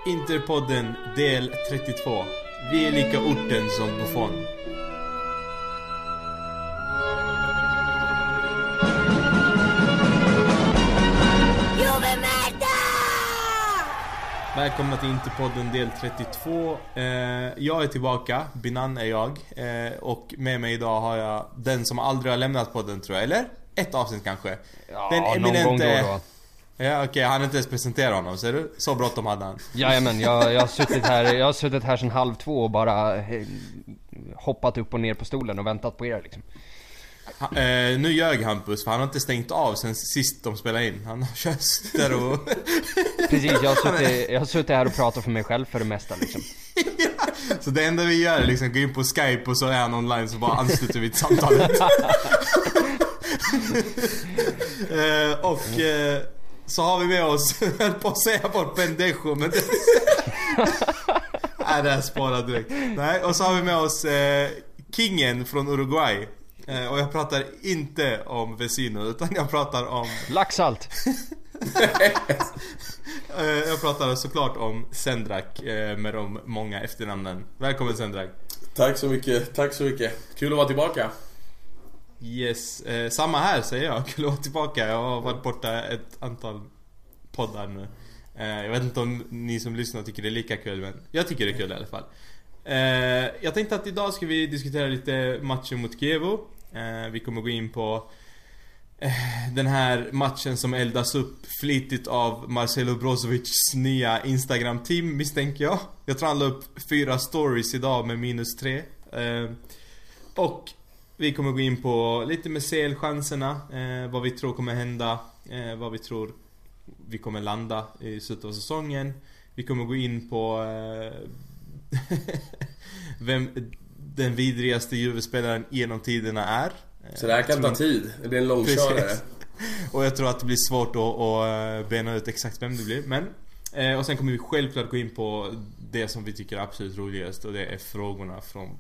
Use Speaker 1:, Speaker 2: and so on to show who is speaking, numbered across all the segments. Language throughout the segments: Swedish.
Speaker 1: Interpodden del 32. Vi är lika orten som Buffon. Välkomna till Interpodden del 32. Jag är tillbaka, Binan är jag. Och med mig idag har jag den som aldrig har lämnat podden, tror jag. Eller? Ett avsnitt kanske.
Speaker 2: Ja,
Speaker 1: den
Speaker 2: eminente... någon gång då.
Speaker 1: Ja, okej, han har inte ens presenterat honom, ser du? Så bråttom hade han.
Speaker 2: Jajamän, jag har suttit här sedan 1:30 och bara hoppat upp och ner på stolen och väntat på er liksom.
Speaker 1: Nu ljög Hampus, för han har inte stängt av sen sist de spelade in. Han har kört där och...
Speaker 2: Precis, jag har suttit här och pratat för mig själv för det mesta liksom.
Speaker 1: Ja, så det enda vi gör är liksom gå in på Skype och så är han online, så bara ansluter vi till samtalet. Så har vi med oss, höll på att säga bort pendejo, men det... Nej, det här spårar direkt. Nej, och så har vi med oss kingen från Uruguay. Och jag pratar inte om Vecino, utan jag pratar om...
Speaker 2: Laxalt.
Speaker 1: Jag pratar såklart om Sendrak, med de många efternamnen. Välkommen Sendrak.
Speaker 3: Tack så mycket, tack så mycket. Kul att vara tillbaka.
Speaker 1: Yes, samma här säger jag. Kul att vara tillbaka. Jag har varit borta ett antal poddar nu. Jag vet inte om ni som lyssnar tycker det är lika kul, men jag tycker det är kul i alla fall. Jag tänkte att idag ska vi diskutera lite matchen mot Chievo. Vi kommer gå in på den här matchen som eldas upp flitigt av Marcelo Brozovics nya Instagram-team, misstänker jag. Jag tror han la upp 4 stories idag med -3. Och vi kommer gå in på lite med CL-chanserna, vad vi tror kommer hända, vad vi tror vi kommer landa i slutet av säsongen. Vi kommer gå in på vem den vidrigaste Juve-spelaren genom tiderna är.
Speaker 3: Så det här kan ta tid, det blir en långkörare.
Speaker 1: Och jag tror att det blir svårt att bena ut exakt vem det blir. Men, och sen kommer vi självklart gå in på det som vi tycker är absolut roligast, och det är frågorna från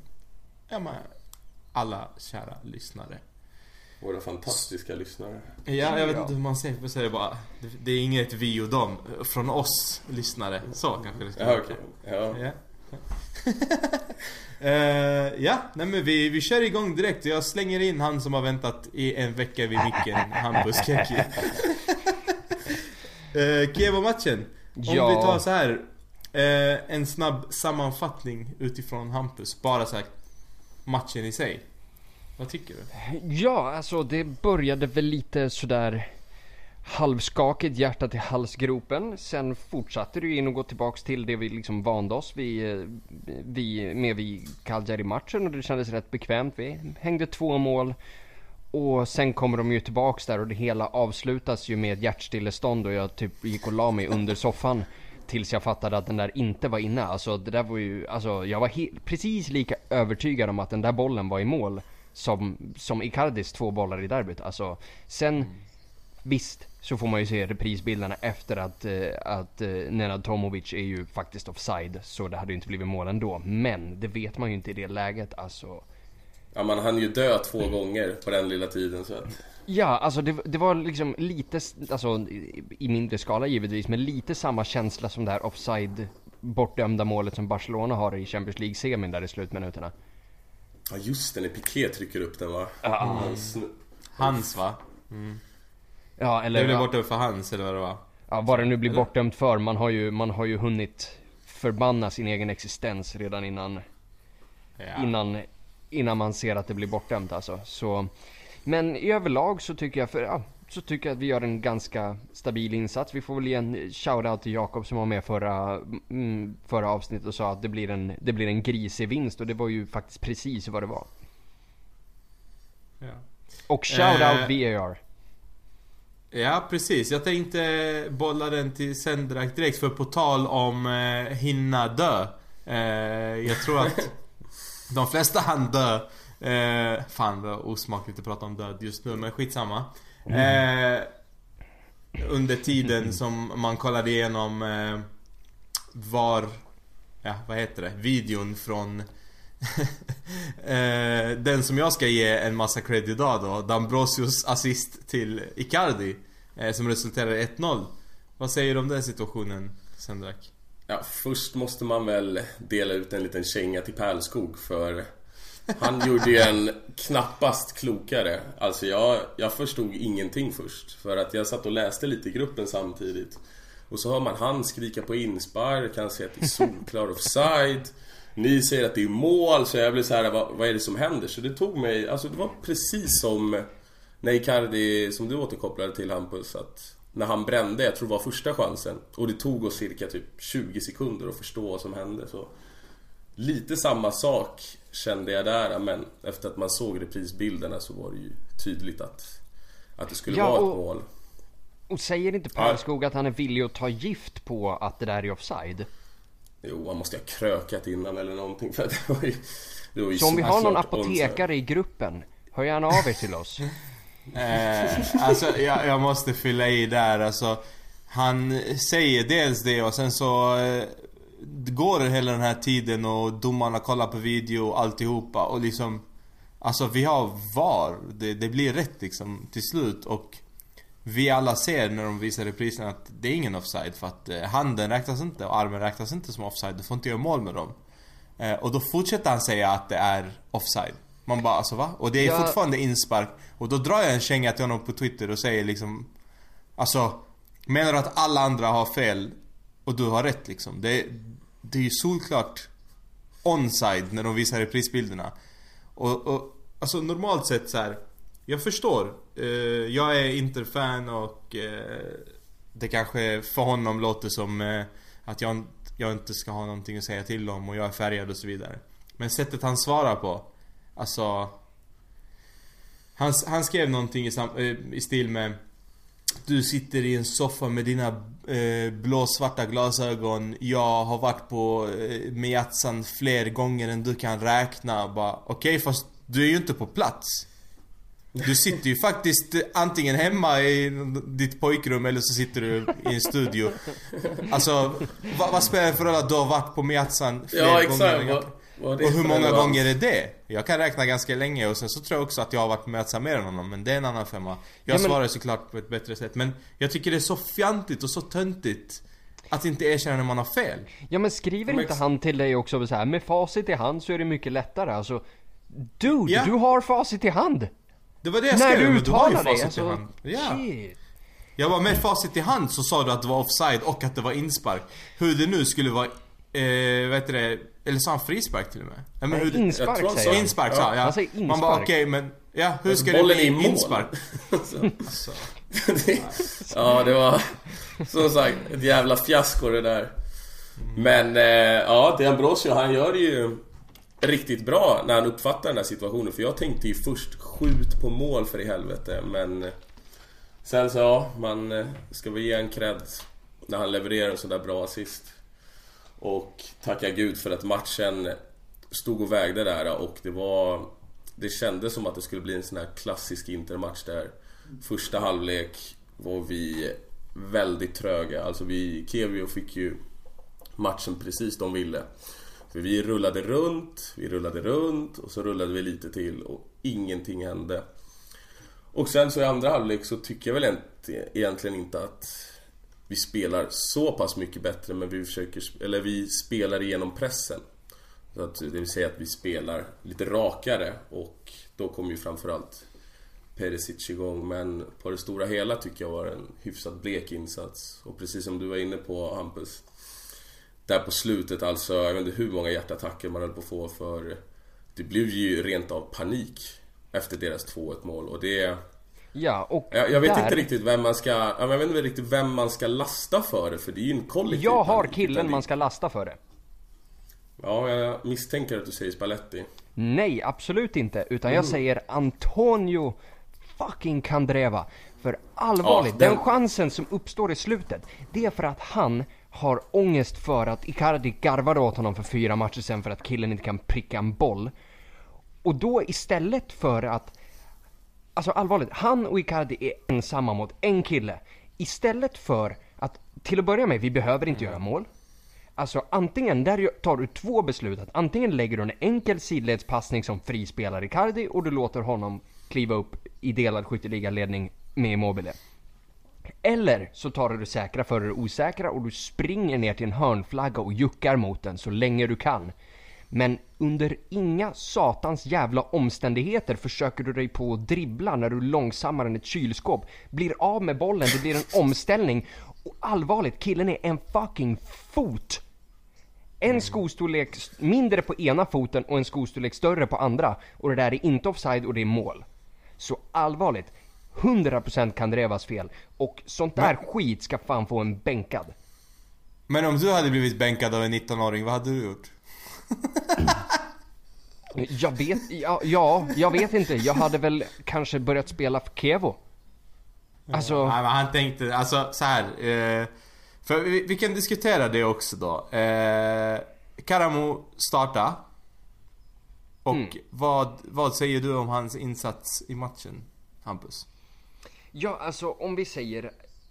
Speaker 1: alla kära lyssnare.
Speaker 3: Våra fantastiska lyssnare.
Speaker 1: Ja, jag vet inte hur man säger bara. Det är inget vi och dem, från oss lyssnare. Så kanske det ska vara.
Speaker 3: Ja, okej. Ja.
Speaker 1: Ja, nej men vi kör igång direkt. Jag slänger in han som har väntat i en vecka vid micken, Hampus Keki. Chievo-matchen. Om vi tar så här, en snabb sammanfattning utifrån Hampus. Bara så här, matchen i sig. Vad tycker du?
Speaker 2: Ja, alltså det började väl lite sådär halvskakigt, hjärtat i halsgropen. Sen fortsatte det in och gå tillbaks till det vi liksom vande oss vid Cagliari-matchen, och det kändes rätt bekvämt. Vi hängde 2 mål och sen kommer de ju tillbaks där, och det hela avslutas ju med ett hjärtstillestånd, och jag typ gick och la mig under soffan tills jag fattade att den där inte var inne. Alltså det där var ju, alltså jag var precis lika övertygad om att den där bollen var i mål som Icardis 2 bollar i derbyt. Alltså sen visst så får man ju se reprisbilderna efter att Nenad Tomovic är ju faktiskt offside, så det hade ju inte blivit mål ändå. Men det vet man ju inte i det läget, alltså.
Speaker 3: Ja, man hann ju dö 2 gånger på den lilla tiden, så att...
Speaker 2: Ja, alltså det var liksom lite, alltså i mindre skala givetvis, men lite samma känsla som det här offside bortdömda målet som Barcelona har i Champions League-semin där i slutminuterna.
Speaker 3: Ja, just det, när Piqué trycker upp den, va?
Speaker 1: Hans, va?
Speaker 2: Ja, eller...
Speaker 1: Det blev borta för hans, eller vad det var?
Speaker 2: Ja, vad det nu blir bortdömt för. Man har ju hunnit förbanna sin egen existens redan innan man ser att det blir bortdömt, alltså. Så, men i överlag så tycker jag att vi gör en ganska stabil insats. Vi får väl ge en shoutout till Jakob som var med förra avsnittet och sa att det blir en grisig vinst, och det var ju faktiskt precis vad det var.
Speaker 1: Ja.
Speaker 2: Och shoutout VAR.
Speaker 1: Ja, precis. Jag tänkte bolla den till Sendrak direkt, för på tal om hinna dö. Jag tror att de flesta hann dö. Fan, vad osmakligt att prata om död just nu, men skitsamma. Under tiden som man kollade igenom videon från den som jag ska ge en massa cred idag då, D'Ambrosios assist till Icardi, som resulterade i 1-0. Vad säger du om den situationen, Sendrak?
Speaker 3: Ja, först måste man väl dela ut en liten känga till Pärlskog, för han gjorde ju en knappast klokare. Alltså jag förstod ingenting först, för att jag satt och läste lite i gruppen samtidigt. Och så hör man han skrika på inspark, han säger att det är solklar offside. Ni säger att det är mål, så jag blev så här, vad är det som händer? Så det tog mig, alltså det var precis som när Icardi, som du återkopplade till, Hampus, att när han brände, jag tror det var första chansen, och det tog oss cirka typ 20 sekunder att förstå vad som hände. Så lite samma sak kände jag där, men efter att man såg reprisbilderna så var det ju tydligt att det skulle vara ett mål.
Speaker 2: Och säger inte Pärlskog att han är villig att ta gift på att det där är offside?
Speaker 3: Jo, han måste ha krökat innan eller någonting, för att det var ju
Speaker 2: så om vi har någon apotekare i gruppen, hör gärna av er till oss.
Speaker 1: Alltså jag måste fylla i där. Alltså, han säger dels det, och sen så går det hela den här tiden och domarna kollar på video och alltihopa, och liksom, alltså vi har VAR, det blir rätt liksom till slut, och vi alla ser när de visar reprisen att det är ingen offside, för att handen räknas inte och armen räknas inte som offside. Du får inte göra mål med dem. Och då fortsätter han säga att det är offside. Man bara, alltså va? Och det är fortfarande inspark. Och då drar jag en känga till honom på Twitter och säger liksom, alltså, menar du att alla andra har fel och du har rätt liksom? Det är ju solklart onside när de visar reprisbilderna. Och alltså normalt sett så här, jag förstår. Jag är Inter-fan, och det kanske för honom låter som att jag inte ska ha någonting att säga till om, och jag är färgad och så vidare. Men sättet han svarar på, alltså, han skrev någonting i stil med: du sitter i en soffa med dina blå-svarta glasögon. Jag har varit på Meazza fler gånger än du kan räkna. Bara, okej, fast du är ju inte på plats. Du sitter ju faktiskt antingen hemma i ditt pojkrum, eller så sitter du i en studio. Alltså, vad spelar det för roll att du har varit på Meazza fler gånger? Och hur många gånger är det? Jag kan räkna ganska länge, och sen så tror jag också att jag har varit på Meazza mer än honom, men det är en annan femma. Jag svarar såklart på ett bättre sätt, men jag tycker det är så fjantigt och så töntigt att inte erkänna när man har fel.
Speaker 2: Ja, men skriver inte han till dig också så här, med facit i hand så är det mycket lättare, alltså, dude, du har facit i hand.
Speaker 1: Det var det jag skrev,
Speaker 2: när du
Speaker 1: du har ju
Speaker 2: uttalar
Speaker 1: facit
Speaker 2: det,
Speaker 1: i hand. Ja.
Speaker 2: Shit.
Speaker 1: Jag var med facit i hand, så sa du att det var offside och att det var inspark. Hur det nu skulle vara, vet du det, eller sa han frispark till och med? Ja, men hur
Speaker 2: inspark
Speaker 1: det,
Speaker 2: säger han.
Speaker 1: Inspark sa, ja.
Speaker 2: Inspark.
Speaker 1: Man bara okej, men ja, hur ska
Speaker 3: bollen
Speaker 1: det
Speaker 3: i
Speaker 1: bli
Speaker 3: mål?
Speaker 1: Inspark?
Speaker 3: Alltså. Ja, det var som sagt ett jävla fiasko det där. Men ja, det Ambrosio, han gör det ju riktigt bra när han uppfattar den här situationen. För jag tänkte ju först, skjut på mål för i helvete. Men sen så, ja, man ska väl ge en cred när han levererar en sån där bra assist. Och tacka Gud för att matchen stod och vägde där. Och det kändes som att det skulle bli en sån här klassisk Intermatch där. Första halvlek var vi väldigt tröga. Alltså Kevio fick ju matchen precis de ville. För vi rullade runt och så rullade vi lite till och ingenting hände. Och sen så i andra halvlek så tycker jag väl egentligen inte att vi spelar så pass mycket bättre, men vi spelar igenom pressen. Så att, det vill säga att vi spelar lite rakare, och då kommer ju framförallt Perisic igång. Men på det stora hela tycker jag var en hyfsat blek insats. Och precis som du var inne på, Hampus, där på slutet, alltså, jag vet inte hur många hjärtattacker man höll på att få, för det blev ju rent av panik efter deras 2-1 mål. Och det...
Speaker 2: Ja, och
Speaker 3: jag vet inte riktigt vem man ska lasta för det, för det är ju en kollektiv.
Speaker 2: Jag har killen man ska lasta för det.
Speaker 3: Ja, jag misstänker att du säger Spalletti.
Speaker 2: Nej, absolut inte. Utan jag säger Antonio fucking Candreva. För allvarligt, den chansen som uppstår i slutet, det är för att han har ångest för att Icardi garvade åt honom för 4 matcher sen för att killen inte kan pricka en boll. Och då istället för att, alltså allvarligt, han och Icardi är ensamma mot en kille. Istället för att, till att börja med, vi behöver inte göra mål. Alltså antingen, där tar du 2 beslut. Att antingen lägger du en enkel sidledspassning som frispelar Icardi och du låter honom kliva upp i delad skytteligaledning med Immobile. Eller så tar du det säkra för det osäkra och du springer ner till en hörnflagga och juckar mot den så länge du kan. Men under inga satans jävla omständigheter försöker du dig på att dribbla när du är långsammare än ett kylskåp. Blir av med bollen, det blir en omställning. Och allvarligt, killen är en fucking fot. En skostorlek mindre på ena foten och en skostorlek större på andra. Och det där är inte offside och det är mål. Så allvarligt, 100% Kandrevas fel. Och sånt där skit ska fan få en bänkad.
Speaker 1: Men om du hade blivit bänkad av en 19-åring, vad hade du gjort?
Speaker 2: Jag vet inte. Jag hade väl kanske börjat spela för Kevo. Alltså...
Speaker 1: Nej, men han tänkte, alltså så här. För vi kan diskutera det också då. Karamo starta. Och vad säger du om hans insats i matchen, Hampus?
Speaker 2: Ja, alltså om vi säger...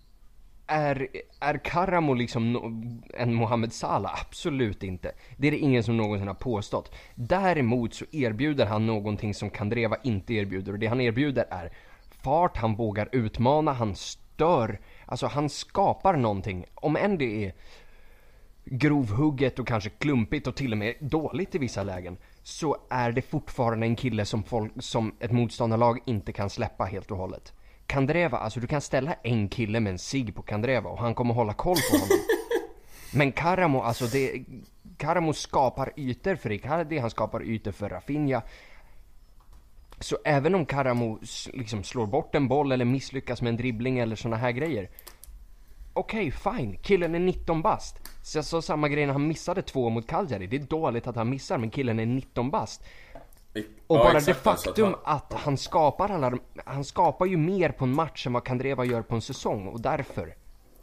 Speaker 2: Är Karamo liksom en Mohamed Salah? Absolut inte. Det är det ingen som någonsin har påstått. Däremot så erbjuder han någonting som Kandreva inte erbjuder. Och det han erbjuder är fart, han vågar utmana, han stör. Alltså han skapar någonting. Om än det är grovhugget och kanske klumpigt och till och med dåligt i vissa lägen, så är det fortfarande en kille som ett motståndarlag inte kan släppa helt och hållet. Kandreva, alltså du kan ställa en kille med en sig på Kandreva och han kommer hålla koll på honom. Men Karamo, alltså Karamo skapar ytor för Icardi, han skapar ytor för Rafinha. Så även om Karamo liksom slår bort en boll eller misslyckas med en dribbling eller såna här grejer, okej, fine, killen är 19 bast. Så jag sa samma grej när han missade 2 mot Cagliari. Det är dåligt att han missar, men killen är 19 bast. Och bara exakt, det faktum att han skapar ju mer på en match än vad Kandreva gör på en säsong. Och därför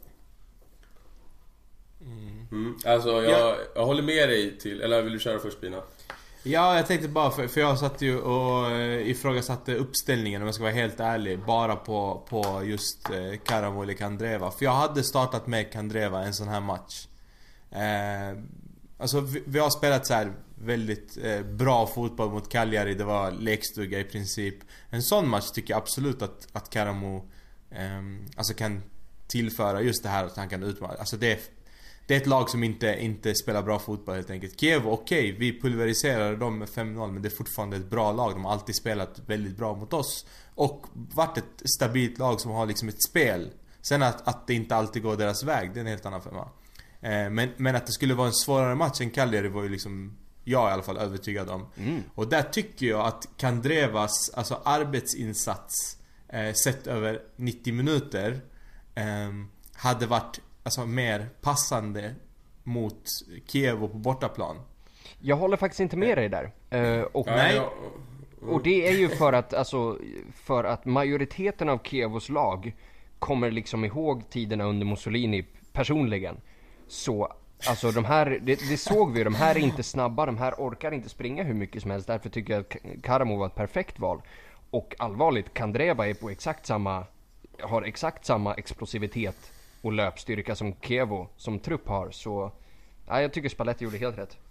Speaker 3: Alltså jag håller med dig till. Eller vill du köra först, Bina?
Speaker 1: Ja, jag tänkte bara för jag satt ju och ifrågasatte uppställningen, om jag ska vara helt ärlig, bara på just Karamo eller Kandreva. För jag hade startat med Kandreva en sån här match. Alltså vi har spelat så här väldigt bra fotboll mot Cagliari. Det var lekstuga i princip. En sån match tycker jag absolut att Karamo alltså kan tillföra just det här att han kan utmana. Alltså det är ett lag som inte spelar bra fotboll helt enkelt. Kiev, okej, vi pulveriserade dem med 5-0, men det är fortfarande ett bra lag. De har alltid spelat väldigt bra mot oss och varit ett stabilt lag som har liksom ett spel. Sen att det inte alltid går deras väg, det är en helt annan femma. Men att det skulle vara en svårare match än Cagliari var ju liksom jag i alla fall övertygad om. Och där tycker jag att Kandrevas alltså arbetsinsats sett över 90 minuter hade varit alltså mer passande mot Kiev och på bortaplan.
Speaker 2: Jag håller faktiskt inte med dig där. Och det är ju för att majoriteten av Kievos lag kommer liksom ihåg tiderna under Mussolini personligen. Så alltså det såg vi, de här är inte snabba, de här orkar inte springa hur mycket som helst. Därför tycker jag att Karamo var ett perfekt val. Och allvarligt, Kandreva är på har exakt samma explosivitet och löpstyrka som Kevo som trupp har. Så ja, jag tycker Spalletti gjorde helt rätt.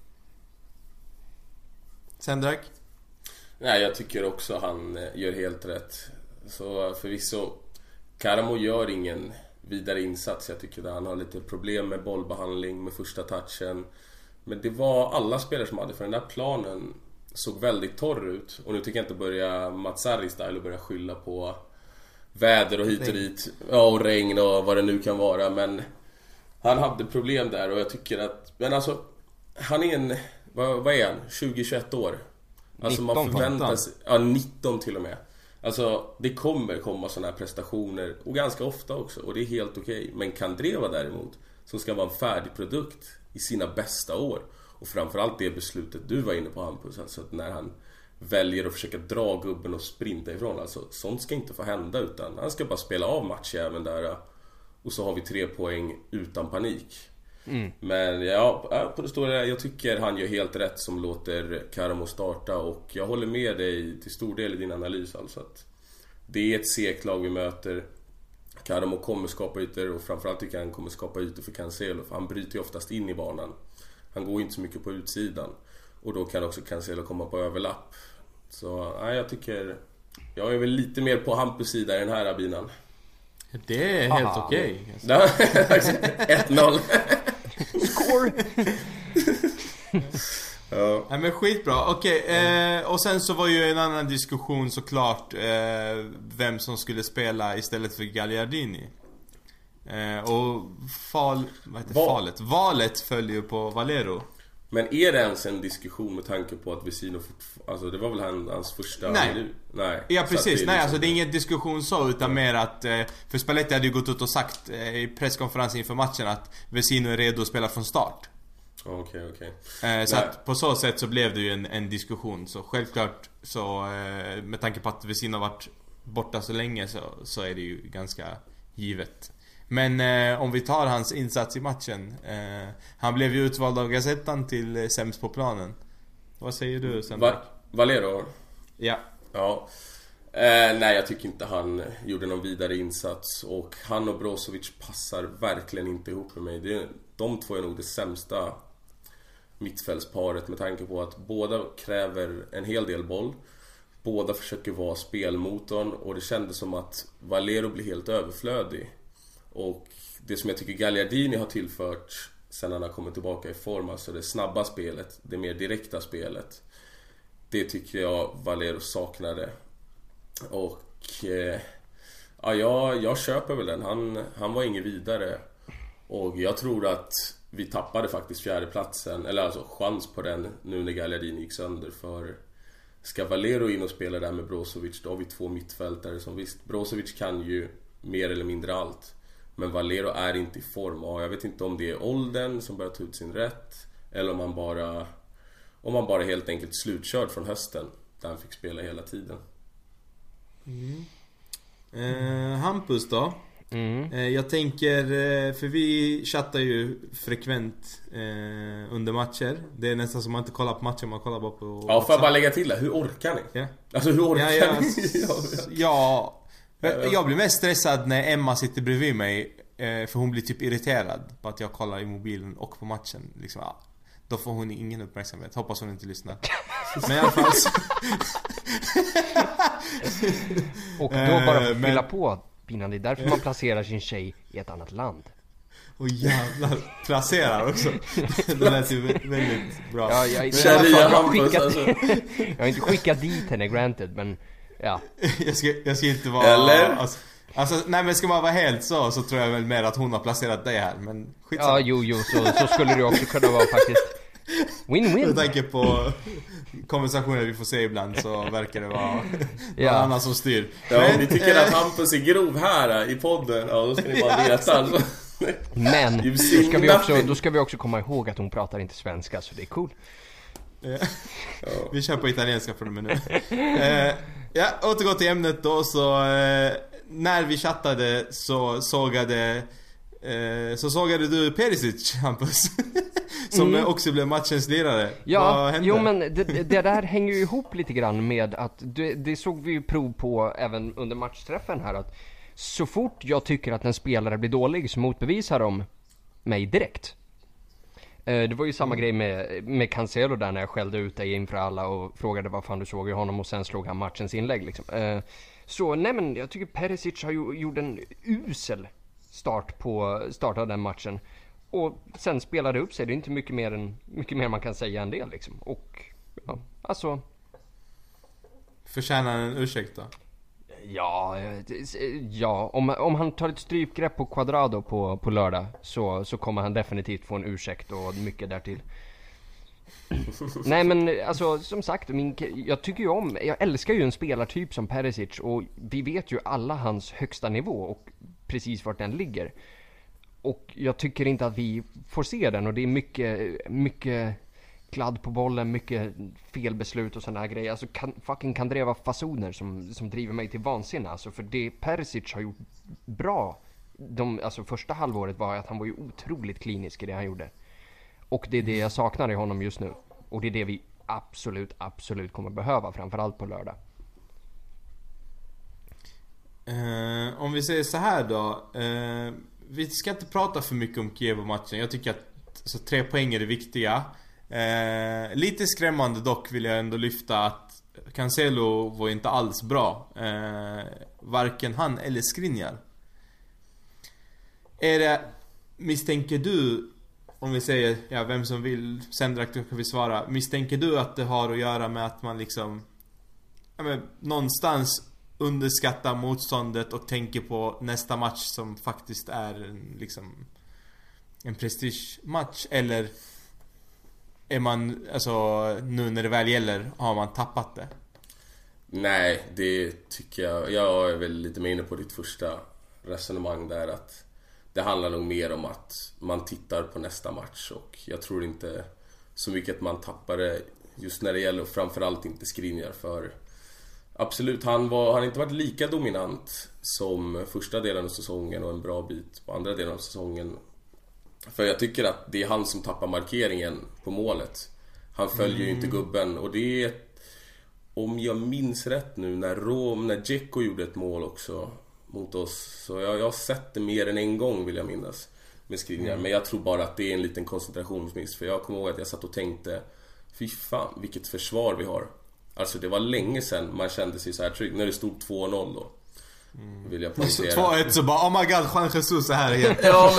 Speaker 1: Sendrak?
Speaker 3: Nej, jag tycker också han gör helt rätt. Så förvisso Karamo gör ingen vidare insats. Jag tycker att han har lite problem med bollbehandling, med första touchen. Men det var alla spelare som hade, för den där planen såg väldigt torr ut. Och nu tycker jag inte börja Mazzarri-style och börja skylla på väder och hit och dit. Ja, och regn och vad det nu kan vara. Men han hade problem där och jag tycker att... Men alltså, han är vad är han? 20-21 år. Alltså
Speaker 2: 19,
Speaker 3: man förväntar sig... Ja, 19 till och med. Alltså, det kommer komma såna här prestationer. Och ganska ofta också. Och det är helt okej. Men Kandreva däremot, som ska vara en färdig produkt i sina bästa år. Och framförallt det beslutet du var inne på, Hampus. Alltså att när han väljer att försöka dra gubben och sprinta ifrån. Alltså, sånt ska inte få hända, utan han ska bara spela av matchen där. Och så har vi 3 poäng utan panik. Men ja, på det stora, jag tycker han gör helt rätt som låter Karamo starta. Och jag håller med dig till stor del i din analys, alltså att det är ett seklag vi möter. Karamo kommer skapa ytor, och framförallt tycker jag han kommer skapa ytor för Cancelo, för han bryter ju oftast in i banan. Han går inte så mycket på utsidan, och då kan också Cancelo komma på överlapp. Så jag tycker jag är väl lite mer på Hampus sida i den här abinan.
Speaker 1: Det är helt okej.
Speaker 3: Ja, 1-0.
Speaker 2: Score!
Speaker 3: Ja.
Speaker 1: Nej men skitbra, okej. Och sen så var ju en annan diskussion såklart vem som skulle spela istället för Gagliardini. Och valet följer ju på Valero.
Speaker 3: Men är det ens en diskussion med tanke på att Vecino alltså det var väl hans första... Nej.
Speaker 1: Ja precis,
Speaker 3: det
Speaker 1: alltså det är ingen diskussion så utan mer att för Spalletti hade ju gått ut och sagt i presskonferensen inför matchen att Vecino är redo att spela från start.
Speaker 3: Okej.
Speaker 1: Så att på så sätt så blev det ju en diskussion. Så självklart så med tanke på att Vecino har varit borta så länge så är det ju ganska givet. Men om vi tar hans insats i matchen, han blev ju utvald av Gazettan till sämst på planen. Vad säger du sen?
Speaker 3: Valero?
Speaker 1: Ja.
Speaker 3: Nej, jag tycker inte han gjorde någon vidare insats. Och han och Brozovic passar verkligen inte ihop med mig. De två är nog det sämsta mittfältsparet med tanke på att båda kräver en hel del boll. Båda försöker vara spelmotorn och det kändes som att Valero blir helt överflödig. Och det som jag tycker Gagliardini har tillfört sen han har kommit tillbaka i form, alltså det snabba spelet, det mer direkta spelet, det tycker jag Valero saknade. Och jag köper väl den. Han var ingen vidare. Och jag tror att vi tappade faktiskt fjärdeplatsen, eller alltså chans på den nu när Gagliardini gick sönder. För ska Valero in och spela där med Brozovic, då har vi två mittfältare som visst, Brozovic kan ju mer eller mindre allt, men Valero är inte i form. Och jag vet inte om det är åldern som börjar ta ut sin rätt, eller om man bara helt enkelt slutkörd från hösten där han fick spela hela tiden.
Speaker 1: Hampus då? Jag tänker, för vi chattar ju frekvent under matcher. Det är nästan som man inte kollar på matcher, man kollar bara på...
Speaker 3: Ja, får jag bara lägga till det? Hur orkar ni?
Speaker 1: Ja.
Speaker 3: Alltså hur orkar ni?
Speaker 1: Jag blir mest stressad när Emma sitter bredvid mig, för hon blir typ irriterad på att jag kollar i mobilen och på matchen liksom, ja. Då får hon ingen uppmärksamhet. Hoppas hon inte lyssnar. Men i alla fall så...
Speaker 2: Och då bara fylla på Pinan, det är därför man placerar sin tjej i ett annat land.
Speaker 1: Och jävlar, placerar också. Det lät ju väldigt bra.
Speaker 2: Ja, jag har inte skickat dit henne, granted, men ja.
Speaker 1: Jag ska inte vara...
Speaker 3: Eller?
Speaker 1: Alltså, nej men ska man vara helt så tror jag väl mer att hon har placerat dig här. Men skitsamma.
Speaker 2: Ja, så skulle det också kunna vara faktiskt. Win-win.
Speaker 1: Jag tänker på konversationer vi får se ibland, så verkar det vara någon annan som styr.
Speaker 3: Ja, om ni tycker att Hampus är grov här i podden, ja, då ska ni bara veta. Alltså.
Speaker 2: Men då ska vi också komma ihåg att hon pratar inte svenska, så det är cool.
Speaker 1: Vi kör på italienska för en minut. Återgå till ämnet då. Så när vi chattade så sågade du Perisic, Hampus. Som också blev matchens lirare.
Speaker 2: Ja, men det där hänger ju ihop lite grann med att det såg vi ju prov på även under matchträffen här, att så fort jag tycker att en spelare blir dålig så motbevisar de mig direkt. Det var ju samma grej med Cancelo där, när jag skällde ut dig inför alla och frågade vad fan du såg i honom, och sen slog han matchens inlägg liksom. Så nej, men jag tycker Perisic har gjort en usel start av den matchen. Och sen spelade det upp sig. Det är inte mycket mer man kan säga än det liksom. Och ja, alltså...
Speaker 1: Förtjänar en ursäkt då?
Speaker 2: Ja, om han tar ett strypgrepp på Cuadrado på lördag så kommer han definitivt få en ursäkt och mycket därtill. Nej, men alltså som sagt, jag älskar ju en spelartyp som Perisic, och vi vet ju alla hans högsta nivå och precis vart den ligger. Och jag tycker inte att vi får se den, och det är mycket kladd på bollen, mycket felbeslut och sådana här grejer. Alltså kan driva fasoner som driver mig till vansinne. Alltså, för det Perisic har gjort bra alltså första halvåret var att han var ju otroligt klinisk i det han gjorde. Och det är det jag saknar i honom just nu. Och det är det vi absolut kommer behöva, framförallt på lördag.
Speaker 1: Om vi säger så här då, vi ska inte prata för mycket om Kiev-matchen. Jag tycker att 3 poäng är det viktiga. Lite skrämmande dock vill jag ändå lyfta att Cancelo var inte alls bra. Varken han eller Skriniar. Är det, misstänker du, om vi säger, ja, vem som vill, Sendrak, då kan vi svara. Misstänker du att det har att göra med att man liksom, ja, men, någonstans underskattar motståndet och tänker på nästa match som faktiskt är liksom en prestigematch? Eller är man, alltså, nu när det väl gäller, har man tappat det?
Speaker 3: Nej, det tycker jag är väl lite mer inne på ditt första resonemang där, att det handlar nog mer om att man tittar på nästa match, och jag tror inte så mycket att man tappar det just när det gäller, och framförallt inte Skriniar, för absolut, han har inte varit lika dominant som första delen av säsongen och en bra bit på andra delen av säsongen. För jag tycker att det är han som tappar markeringen på målet. Han följer ju inte gubben, och det är, om jag minns rätt nu, när Dzeko gjorde ett mål också mot oss, så jag har sett det mer än en gång, vill jag minnas, med Skriniar. Men jag tror bara att det är en liten koncentrationsmiss, för jag kommer ihåg att jag satt och tänkte, fy fan, vilket försvar vi har. Alltså det var länge sedan man kände sig så här trygg, när det stod 2-0 då. Vill jag poängtera.
Speaker 1: 2-1 så bara, oh my god, Juan Jesus är här igen.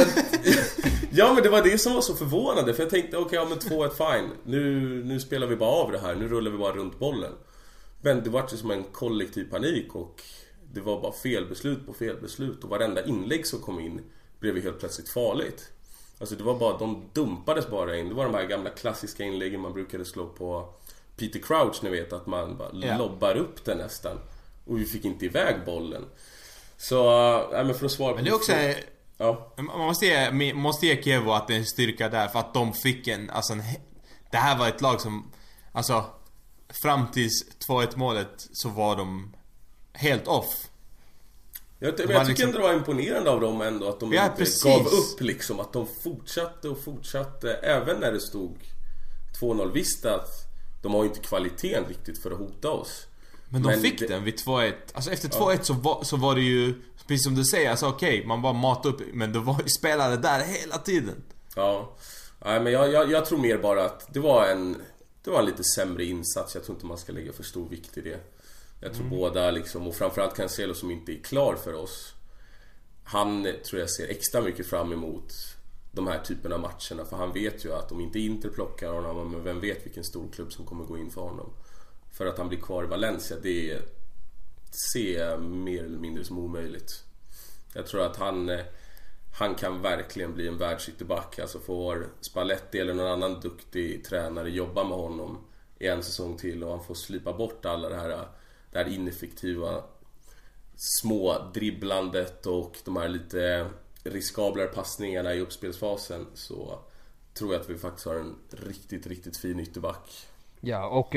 Speaker 3: Ja, men det var det som var så förvånande, för jag tänkte, okej, ja, men 2-1 fine. Nu spelar vi bara av det här, nu rullar vi bara runt bollen. Men det var ju som en kollektiv panik, och det var bara felbeslut på felbeslut, och varenda inlägg som kom in blev ju helt plötsligt farligt. Alltså det var bara, de dumpades bara in. Det var de här gamla klassiska inläggen man brukade slå på Peter Crouch, ni vet, att man bara lobbar upp den nästan, och vi fick inte iväg bollen. Så, men för att svara på...
Speaker 1: Men det är också...
Speaker 3: Ja.
Speaker 1: Man måste ge Kievo att det är en styrka där, för att de fick det här var ett lag som, alltså, fram tills 2-1 målet så var de helt off.
Speaker 3: Jag tycker liksom... det var imponerande av dem ändå, att de inte gav upp liksom, att de fortsatte även när det stod 2-0. Visste att de har inte kvaliteten riktigt för att hota oss.
Speaker 1: Men de fick den vid 2-1. Alltså efter 2-1 så var det ju, precis som du säger, alltså okej, man bara matade upp, men det var ju spelare där hela tiden.
Speaker 3: Ja. Nej, men jag tror mer bara att det var en lite sämre insats. Jag tror inte man ska lägga för stor vikt i det. Jag tror båda liksom, och framförallt Cancelo som inte är klar för oss. Han tror jag ser extra mycket fram emot de här typerna av matcherna, för han vet ju att om inte Inter plockar honom, men vem vet vilken stor klubb som kommer gå in för honom. För att han blir kvar i Valencia, det ser jag mer eller mindre som omöjligt. Jag tror att han kan verkligen bli en världsytterback. Alltså får Spalletti eller någon annan duktig tränare jobba med honom i en säsong till, och han får slipa bort alla det här ineffektiva små dribblandet och de här lite riskablare passningarna i uppspelsfasen, så tror jag att vi faktiskt har en riktigt, riktigt fin ytterback.
Speaker 2: Ja, och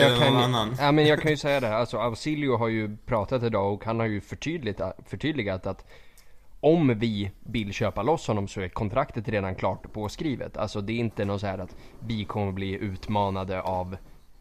Speaker 2: jag kan ju säga det, alltså Ausilio har ju pratat idag, och han har ju förtydligat att om vi vill köpa loss honom så är kontraktet redan klart och påskrivet. Alltså det är inte något så här att vi kommer bli utmanade av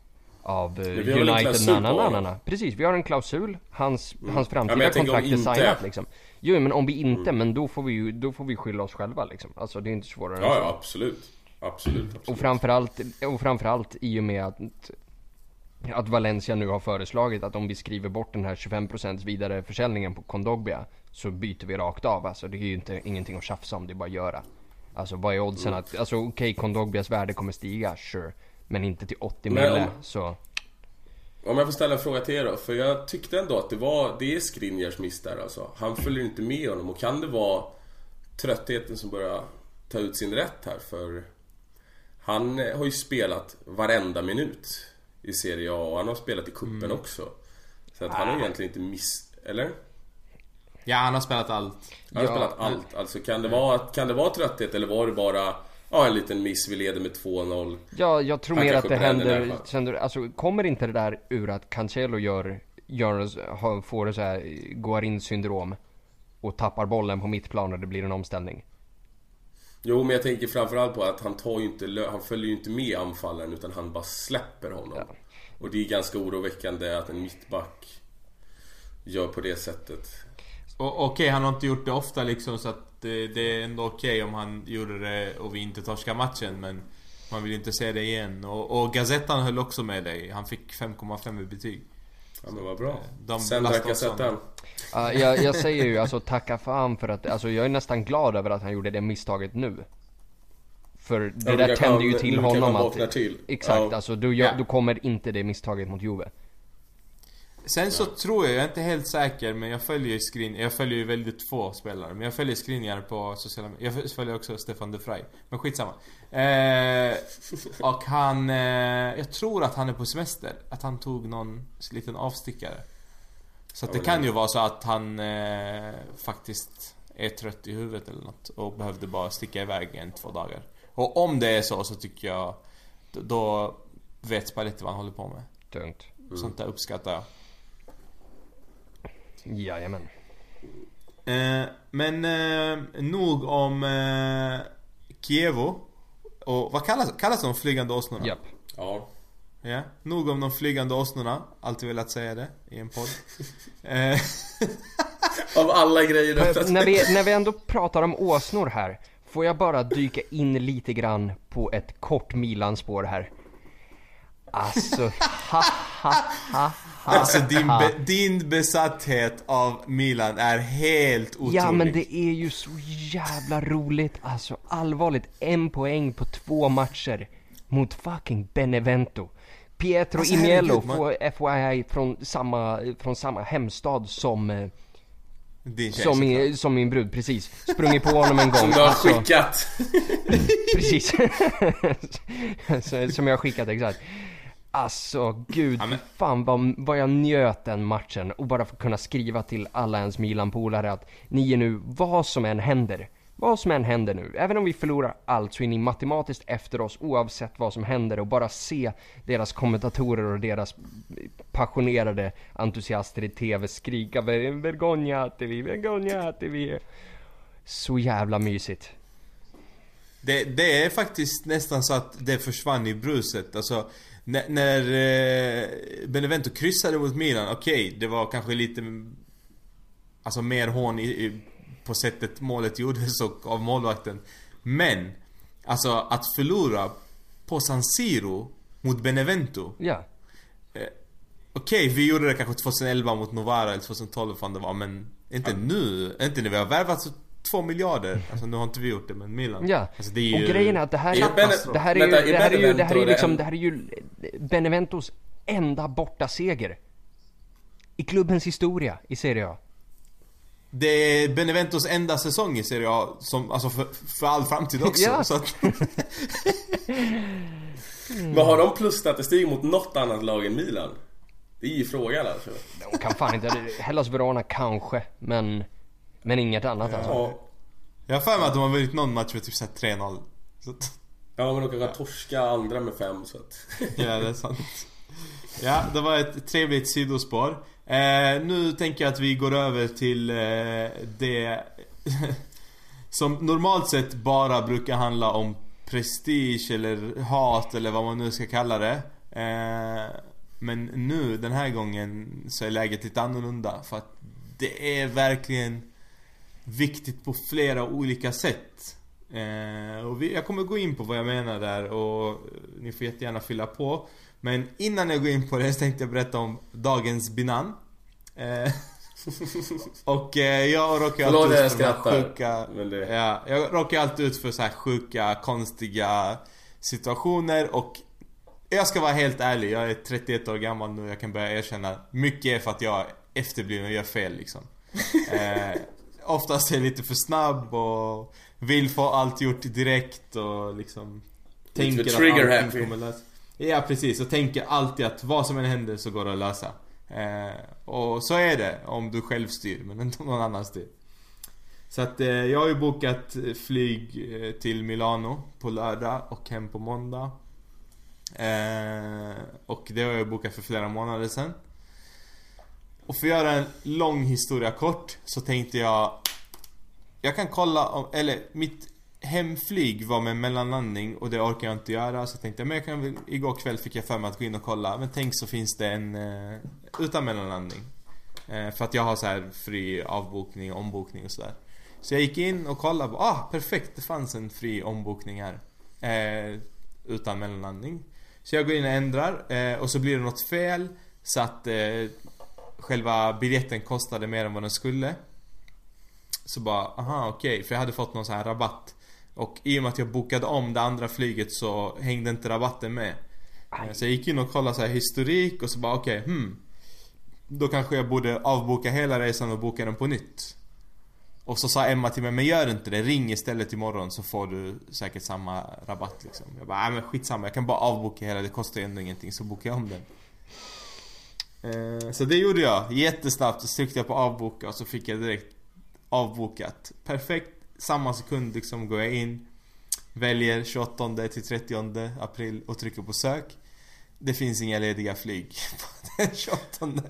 Speaker 2: United. Precis, vi har en klausul. Hans framtida kontrakt är signat liksom. Jo, men om vi inte, men då får vi skylla oss själva liksom. Alltså det är inte svårare.
Speaker 3: Ja, absolut.
Speaker 2: Och framförallt i och med att Valencia nu har föreslagit att om vi skriver bort den här 25% vidare försäljningen på Kondogbia, så byter vi rakt av. Alltså det är ju ingenting att tjafsa om, det är bara att göra. Alltså vad är oddsen att, alltså okej, Kondogbias värde kommer stiga, sure, men inte till 80 mille, så...
Speaker 3: Om jag får ställa en fråga till er då, för jag tyckte ändå att det är Skriniars miss där alltså. Han följer inte med honom, och kan det vara tröttheten som börjar ta ut sin rätt här, för han har ju spelat varenda minut i Serie A, och han har spelat i kuppen också. Så att han har egentligen inte eller?
Speaker 1: Ja, han har spelat allt.
Speaker 3: Han har spelat allt. Alltså kan det vara trötthet, eller var det bara en liten miss, vi leder med 2-0?
Speaker 2: Ja, jag tror mer att det händer, alltså kommer inte det där ur att Cancelo får det så här Guarin-syndrom och tappar bollen på mittplan när det blir en omställning?
Speaker 3: Jo, men jag tänker framförallt på att han följer ju inte med anfallaren, utan han bara släpper honom. Ja. Och det är ganska oroväckande att en mittback gör på det sättet.
Speaker 1: Okej, han har inte gjort det ofta liksom, så att det är ändå okej om han gjorde det och vi inte torskar matchen, men man vill inte se det igen. Och Gazettan höll också med dig. Han fick 5,5 i betyg.
Speaker 3: Ja, men vad bra.
Speaker 1: De
Speaker 3: Sen
Speaker 1: lastar
Speaker 3: verkar
Speaker 1: oss
Speaker 3: sätta den.
Speaker 2: Jag säger ju alltså tacka fan för att, alltså jag är nästan glad över att han gjorde det misstaget nu. För det där tände ju till honom att
Speaker 3: till.
Speaker 2: exakt, alltså då kommer inte det misstaget mot Juve.
Speaker 1: Sen så tror jag är inte helt säker, men jag följer ju väldigt få spelare, men jag följer screeningar på sociala medier. Jag följer också Stefan de Vrij, men skitsamma. Och han jag tror att han är på semester, att han tog någon liten avstickare. Så att det kan ju vara så att han faktiskt är trött i huvudet eller något och behövde bara sticka iväg 1-2 dagar. Och om det är så tycker jag då vet Spalletti vad han håller på med.
Speaker 2: Tungt.
Speaker 1: Sånt där uppskattar jag.
Speaker 2: Jajamän.
Speaker 1: Men nog om Chievo. Och vad kallas de flygande åsnorna?
Speaker 2: Japp.
Speaker 3: Ja.
Speaker 1: Nog om de flygande åsnorna. Alltid velat säga det i en podd.
Speaker 3: Av alla grejer
Speaker 2: när vi ändå pratar om åsnor här, får jag bara dyka in lite grann på ett kort Milan-spår här. Alltså,
Speaker 1: Alltså din besatthet av Milan är helt otrolig.
Speaker 2: Ja, men det är ju så jävla roligt. Alltså allvarligt, 1 poäng på 2 matcher mot fucking Benevento. Pietro
Speaker 1: alltså,
Speaker 2: Imiello får FYI från samma hemstad som min brud, precis. Sprungit på honom en gång.
Speaker 3: Som du har skickat.
Speaker 2: Precis. Som jag har skickat, exakt. Alltså gud, fan vad jag njöt den matchen. Och bara få kunna skriva till alla ens Milan-polare att ni är nu, vad som än händer nu, även om vi förlorar allt, så är ni matematiskt efter oss oavsett vad som händer. Och bara se deras kommentatorer och deras passionerade entusiaster i tv skrika Vergognatevi. Så jävla mysigt.
Speaker 1: Det är faktiskt nästan så att det försvann i bruset. Alltså när Benevento kryssade mot Milan, okej, det var kanske lite alltså mer hån på sättet målet gjordes och av målvakten. Men alltså att förlora på San Siro mot Benevento.
Speaker 2: Ja.
Speaker 1: Okej, vi gjorde det kanske 2011 mot Novara eller 2012 fan det var, men inte nu, inte när vi har värvat så 2 miljarder. Alltså nu har inte vi gjort det, men Milan.
Speaker 2: Ja.
Speaker 1: Alltså, det är ju...
Speaker 2: Och grejen är att det här är ju Beneventos enda borta seger i klubbens historia i Serie A.
Speaker 1: Det är Beneventos enda säsong i Serie A som, alltså för all framtid också.
Speaker 2: Ja.
Speaker 1: Så att...
Speaker 3: Vad har de plusstatistik mot något annat lag än Milan? Det är ju frågan alltså.
Speaker 2: De kan fan inte. Hellas Verona kanske, men inget annat alltså.
Speaker 3: Ja.
Speaker 1: Jag har för mig att de har vunnit någon match med typ 3-0. Så att...
Speaker 3: Ja, men de kan torska andra med 5 så att...
Speaker 1: Ja, det är sant. Ja, det var ett trevligt sidospår. Nu tänker jag att vi går över till det som normalt sett bara brukar handla om prestige eller hat eller vad man nu ska kalla det. Men nu, den här gången, så är läget lite annorlunda. För att det är verkligen viktigt på flera olika sätt. Och jag kommer gå in på vad jag menar där. Och ni får jättegärna fylla på. Men innan jag går in på det så tänkte jag berätta om dagens binan. Och jag råkar alltid ut för sjuka, jag råkar alltid ut för så här sjuka, konstiga situationer. Och jag ska vara helt ärlig, jag är 31 år gammal nu. Jag kan börja erkänna, mycket är för att jag är efterbliven och gör fel liksom. Oftast är jag lite för snabb och vill få allt gjort direkt och liksom tänker att allting kommer lösa. Ja, precis, och tänker alltid att vad som än händer så går det att lösa. Och så är det om du själv styr, men inte om någon annan styr. Så att jag har ju bokat flyg till Milano på lördag och hem på måndag. Och det har jag bokat för flera månader sedan. Och för att göra en lång historia kort så tänkte jag kan kolla om, eller mitt hemflyg var med mellanlandning och det orkar jag inte göra. Så tänkte jag, men igår kväll fick jag för mig att gå in och kolla. Men tänk så finns det en utan mellanlandning. För att jag har så här fri avbokning och ombokning och sådär. Så jag gick in och kollade. Perfekt, det fanns en fri ombokning här. Utan mellanlandning. Så jag går in och ändrar. Och så blir det något fel. Så att själva biljetten kostade mer än vad den skulle. Så bara, aha, okej. För jag hade fått någon sån här rabatt. Och i och med att jag bokade om det andra flyget så hängde inte rabatten med. Så jag gick in och kollade så här historik och så bara, okej, då kanske jag borde avboka hela resan och boka den på nytt. Och så sa Emma till mig, men gör inte det, ring istället imorgon så får du säkert samma rabatt liksom. Jag bara, men skitsamma, jag kan bara avboka hela, det kostar ju ändå ingenting, så bokar jag om den. Så det gjorde jag, jättesnabbt, så tryckte jag på avboka och så fick jag direkt avbokat. Perfekt, samma sekund liksom går jag in, väljer 28 till 30 april och trycker på sök. Det finns inga lediga flyg på den 28.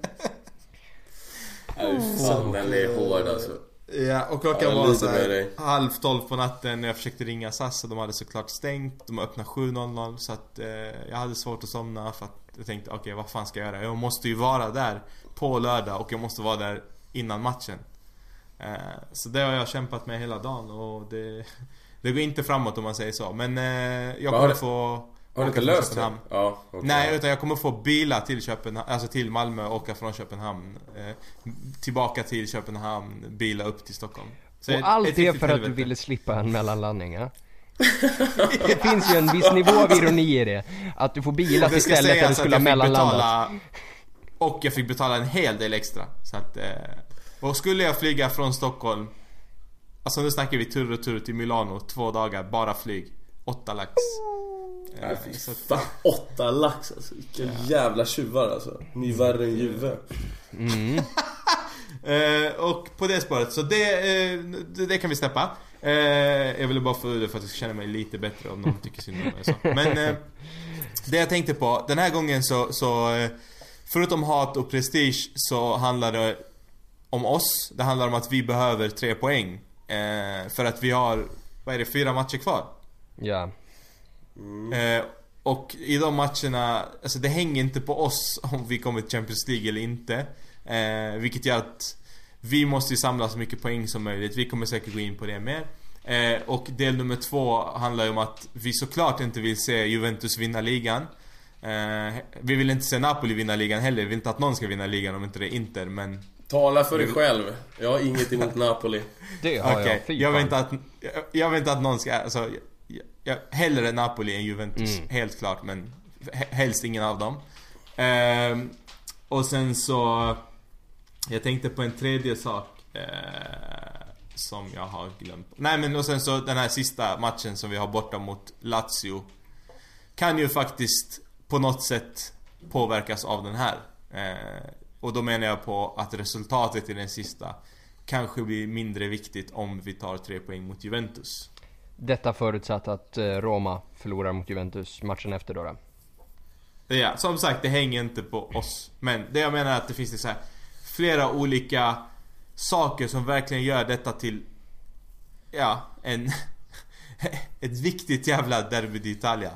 Speaker 3: Fan, den är hård alltså.
Speaker 1: Ja, och klockan var så här 11:30 på natten när jag försökte ringa SAS och de hade såklart stängt. De öppnade 7:00 så att jag hade svårt att somna för att jag tänkte, okej, vad fan ska jag göra? Jag måste ju vara där på lördag och jag måste vara där innan matchen. Så det har jag kämpat med hela dagen och det går inte framåt om man säger så. Men jag kommer få...
Speaker 3: Har du inte löst det? Ja,
Speaker 1: okay. Nej, utan jag kommer få bilar till Köpenhamn, alltså till Malmö och åka från Köpenhamn tillbaka till Köpenhamn, bilar upp till Stockholm. Så
Speaker 2: och allt det för att du ville slippa en mellanlandning, ja? Det finns ju en viss nivå av ironi i det. Att du får bilar istället där du skulle ha mellanlandat.
Speaker 1: Och jag fick betala en hel del extra. Så att, och skulle jag flyga från Stockholm, alltså nu snackar vi tur och tur till Milano, 2 dagar, bara flyg, 8 lax.
Speaker 3: Så fan, 8 lax alltså. Vilka jävla tjuvar alltså. Ni är värre än Juve.
Speaker 1: Och på det spåret, så det kan vi släppa. Jag ville bara få det för att jag ska känna mig lite bättre om någon tycker synd om mig så. Men det jag tänkte på den här gången så förutom hat och prestige så handlar det om oss. Det handlar om att vi behöver 3 poäng för att vi har, vad är det, 4 matcher kvar.
Speaker 2: Ja.
Speaker 1: Och i de matcherna, alltså det hänger inte på oss om vi kommer till Champions League eller inte, vilket gör att vi måste ju samla så mycket poäng som möjligt. Vi kommer säkert gå in på det mer. Och del nummer 2 handlar ju om att vi såklart inte vill se Juventus vinna ligan. Vi vill inte se Napoli vinna ligan heller. Vi vill inte att någon ska vinna ligan om inte det är Inter, men...
Speaker 3: Tala för dig själv. Jag har inget emot Napoli.
Speaker 2: Det har jag.
Speaker 1: Jag vill inte att någon ska... Alltså, jag hellre Napoli än Juventus, helt klart, men helst ingen av dem. Och sen så jag tänkte på en tredje sak som jag har glömt. Nej, men och sen så den här sista matchen som vi har borta mot Lazio kan ju faktiskt på något sätt påverkas av den här. Och då menar jag på att resultatet i den sista kanske blir mindre viktigt om vi tar 3 poäng mot Juventus.
Speaker 2: Detta förutsatt att Roma förlorar mot Juventus matchen efter då.
Speaker 1: Ja, som sagt, det hänger inte på oss. Men det jag menar är att det finns så här flera olika saker som verkligen gör detta till ett viktigt jävla derby d'Italia.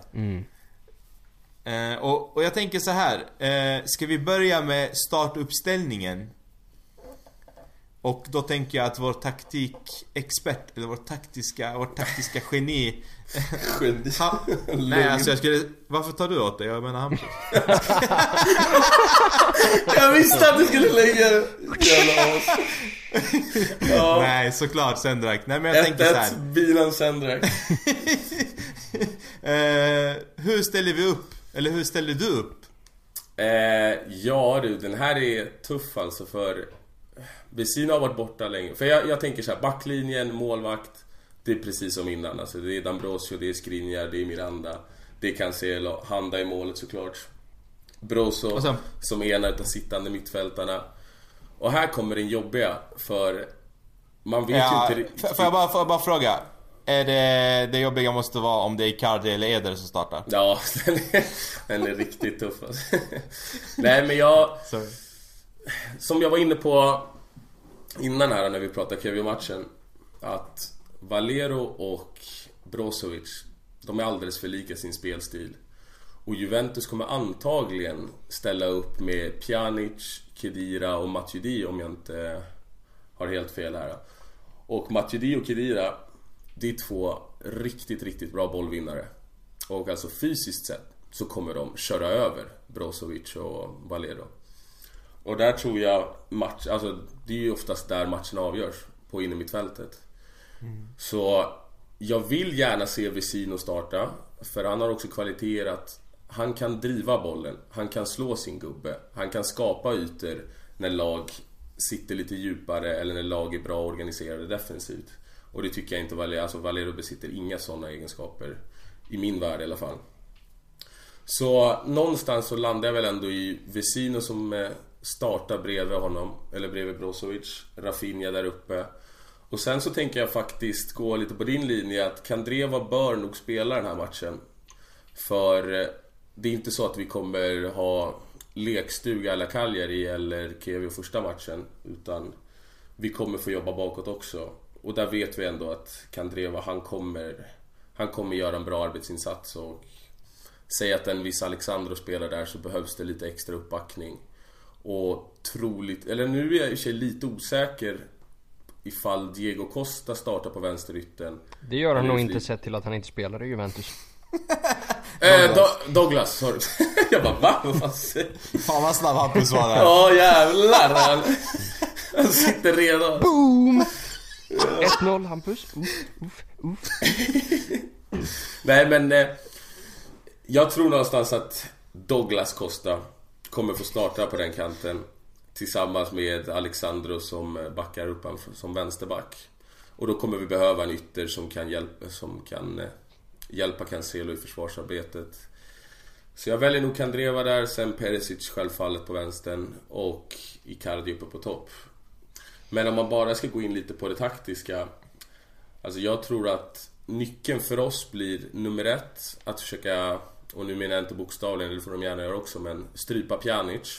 Speaker 1: Och jag tänker så här, ska vi börja med startuppställningen? Och då tänker jag att vår taktikexpert, eller vårt taktiska geni. Nej, alltså jag skulle... Varför tar du åt det? Jag menar Hampus.
Speaker 3: Jag visste att du skulle lägga jävla oss.
Speaker 1: Ja. Nej, såklart Sendrak. Nej, men jag tänker så här.
Speaker 3: Bilen Sendrak.
Speaker 1: Hur ställer vi upp? Eller hur ställer du upp?
Speaker 3: Ja du, den här är tuff alltså, för Vecino har varit borta länge. För jag tänker så här, backlinjen, målvakt, det är precis som innan alltså. Det är D'Ambrosio, det är Skriniar, det är Miranda, det är Cancelo, Handa i målet såklart, Brozo som är en av de sittande mittfältarna. Och här kommer den jobbiga, för man vet ju inte riktigt.
Speaker 1: Får jag bara fråga, är det jobbiga måste vara om det är Icardi eller Eder som startar?
Speaker 3: Ja, den är riktigt tuff alltså. Nej, men som jag var inne på innan här när vi pratade Kevin-matchen, att Valero och Brozovic, de är alldeles för lika sin spelstil. Och Juventus kommer antagligen ställa upp med Pjanic, Khedira och Matuidi, om jag inte har helt fel här. Och Matuidi och Khedira, det är 2 riktigt, riktigt bra bollvinnare. Och alltså fysiskt sett så kommer de köra över Brozovic och Valero. Och där tror jag alltså det är ju oftast där matchen avgörs, på innermittfältet. Så jag vill gärna se Vecino starta, för han har också kvaliteter att han kan driva bollen, han kan slå sin gubbe, han kan skapa ytor när lag sitter lite djupare eller när lag är bra organiserade defensivt. Och det tycker jag inte Valero besitter inga sådana egenskaper i min värld i alla fall. Så någonstans så landar jag väl ändå i Vecino som startar bredvid honom, eller bredvid Brozovic, Rafinha där uppe. Och sen så tänker jag faktiskt gå lite på din linje att Kandreva bör nog spela den här matchen. För det är inte så att vi kommer ha lekstuga eller Cagliari eller Kevio första matchen, utan vi kommer få jobba bakåt också. Och där vet vi ändå att Kandreva, han kommer göra en bra arbetsinsats. Och säg att en viss Alexandro spelar där, så behövs det lite extra uppbackning. Och troligt, eller nu är jag i sig lite osäker ifall Diego Costa startar på vänsterytten.
Speaker 2: Det gör han nog inte, sett till att han inte spelar i Juventus.
Speaker 3: Douglas, sorry. Jag bara, va?
Speaker 1: Fan vad snabb Hampus var där.
Speaker 3: Ja, jävlar. Han sitter redan.
Speaker 2: Boom! 1-0 Hampus.
Speaker 3: Nej, men jag tror någonstans att Douglas Costa kommer få starta på den kanten tillsammans med Alexandro som backar upp som vänsterback. Och då kommer vi behöva en ytter som kan hjälpa Cancelo i försvarsarbetet. Så jag väljer nog Kandreva där, sen Perisic självfallet på vänstern och Icardi uppe på topp. Men om man bara ska gå in lite på det taktiska, alltså jag tror att nyckeln för oss blir nummer 1 att försöka, och nu menar jag inte bokstavligen, det får de gärna göra också, men strypa Pjanic.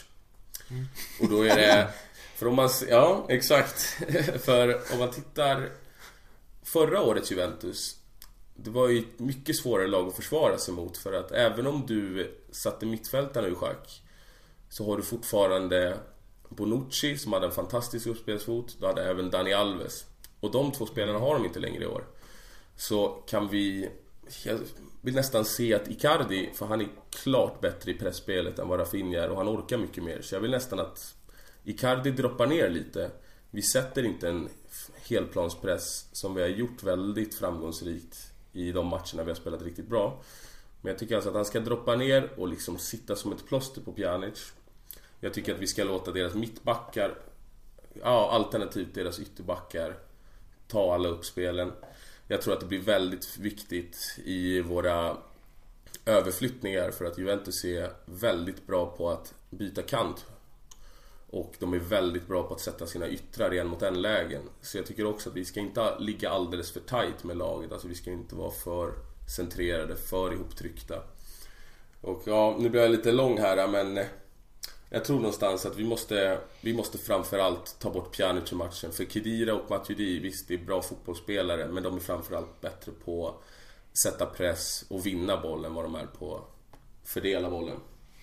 Speaker 3: Och då är det, för om man, ja exakt, för om man tittar förra årets Juventus, det var ju ett mycket svårare lag att försvara sig mot, för att även om du satte mittfältarna i schack, så har du fortfarande Bonucci som hade en fantastisk uppspelsfot. Du hade även Dani Alves, och de två spelarna har de inte längre i år. Så kan jag vill nästan se att Icardi, för han är klart bättre i pressspelet än vad Rafinha är, och han orkar mycket mer. Så jag vill nästan att Icardi droppar ner lite. Vi sätter inte en helplanspress som vi har gjort väldigt framgångsrikt i de matcherna vi har spelat riktigt bra. Men jag tycker alltså att han ska droppa ner och liksom sitta som ett plåster på Pjanic. Jag tycker att vi ska låta deras mittbackar, alternativt deras ytterbackar, ta alla uppspelen. Jag tror att det blir väldigt viktigt i våra överflyttningar, för att Juventus är väldigt bra på att byta kant. Och de är väldigt bra på att sätta sina yttrar igen mot en lägen. Så jag tycker också att vi ska inte ligga alldeles för tight med laget. Alltså vi ska inte vara för centrerade, för ihoptryckta. Och ja, nu blir jag lite lång här, men jag tror någonstans att vi måste framförallt ta bort Pjanic i matchen. För Khedira och Matuidi, visst det är bra fotbollsspelare, men de är framförallt bättre på att sätta press och vinna bollen vad de är på fördela bollen.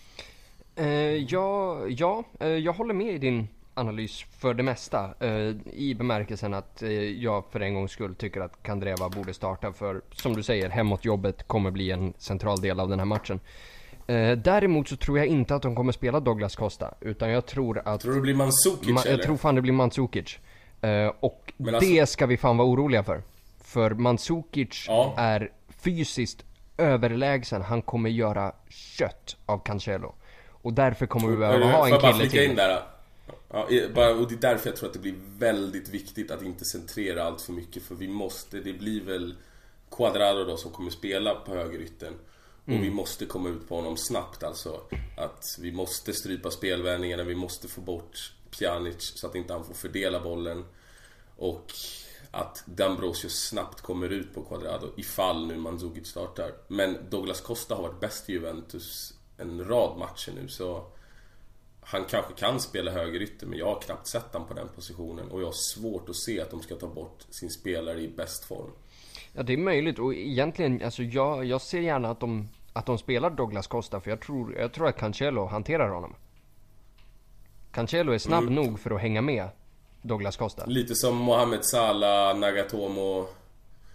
Speaker 2: Jag håller med i din analys för det mesta, i bemärkelsen att jag för en gångs skull tycker att Kandreva borde starta, för som du säger, hemåtjobbet kommer bli en central del av den här matchen. Däremot så tror jag inte att de kommer spela Douglas Costa, utan jag tror att...
Speaker 3: Tror du det blir Mandzukic
Speaker 2: jag tror fan det blir Mandzukic. Och
Speaker 3: men alltså...
Speaker 2: det ska vi fan vara oroliga för Mandzukic är fysiskt överlägsen. Han kommer göra kött av Cancelo, och därför kommer vi behöva ha en kille till.
Speaker 3: In där. Ja, och det är därför jag tror att det blir väldigt viktigt att inte centrera allt för mycket. För det blir väl Cuadrado då som kommer spela på högerytten. Och vi måste komma ut på honom snabbt. Alltså att vi måste strypa spelvändningarna, vi måste få bort Pjanic så att inte han får fördela bollen. Och att D'Ambrosio snabbt kommer ut på Cuadrado ifall nu Mandzukic startar. Men Douglas Costa har varit bäst i Juventus en rad matcher nu, så han kanske kan spela högerytter, men jag har knappt sett han på den positionen, och jag har svårt att se att de ska ta bort sin spelare i bäst form.
Speaker 2: Ja, det är möjligt, och egentligen alltså jag ser gärna att de spelar Douglas Costa, för jag tror att Cancelo hanterar honom. Cancelo är snabb nog för att hänga med Douglas Costa.
Speaker 3: Lite som Mohamed Salah, Nagatomo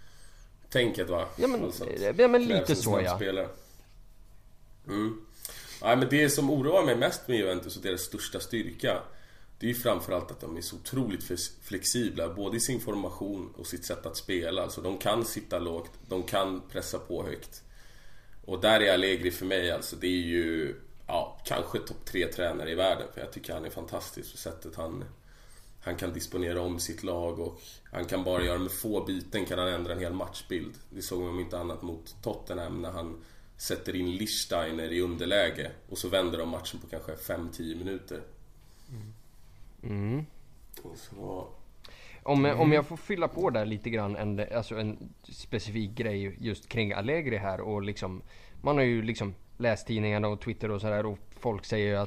Speaker 3: tänket, va?
Speaker 2: Ja men lite så, ja.
Speaker 3: Nej, men det som oroar mig mest med Juventus och deras största styrka, det är ju framförallt att de är så otroligt flexibla, både i sin formation och sitt sätt att spela. Alltså de kan sitta lågt, de kan pressa på högt. Och där är Allegri för mig, alltså det är ju kanske topp 3 tränare i världen. För jag tycker han är fantastisk för sättet han kan disponera om sitt lag, och han kan bara göra med få byten kan han ändra en hel matchbild. Det såg man om inte annat mot Tottenham när han sätter in Lichtsteiner i underläge och så vänder de matchen på kanske 5-10 minuter. Så.
Speaker 2: Om jag får fylla på där lite grann, en specifik grej just kring Allegri här, och liksom, man har ju liksom läst tidningarna och Twitter och sådär, och folk säger ju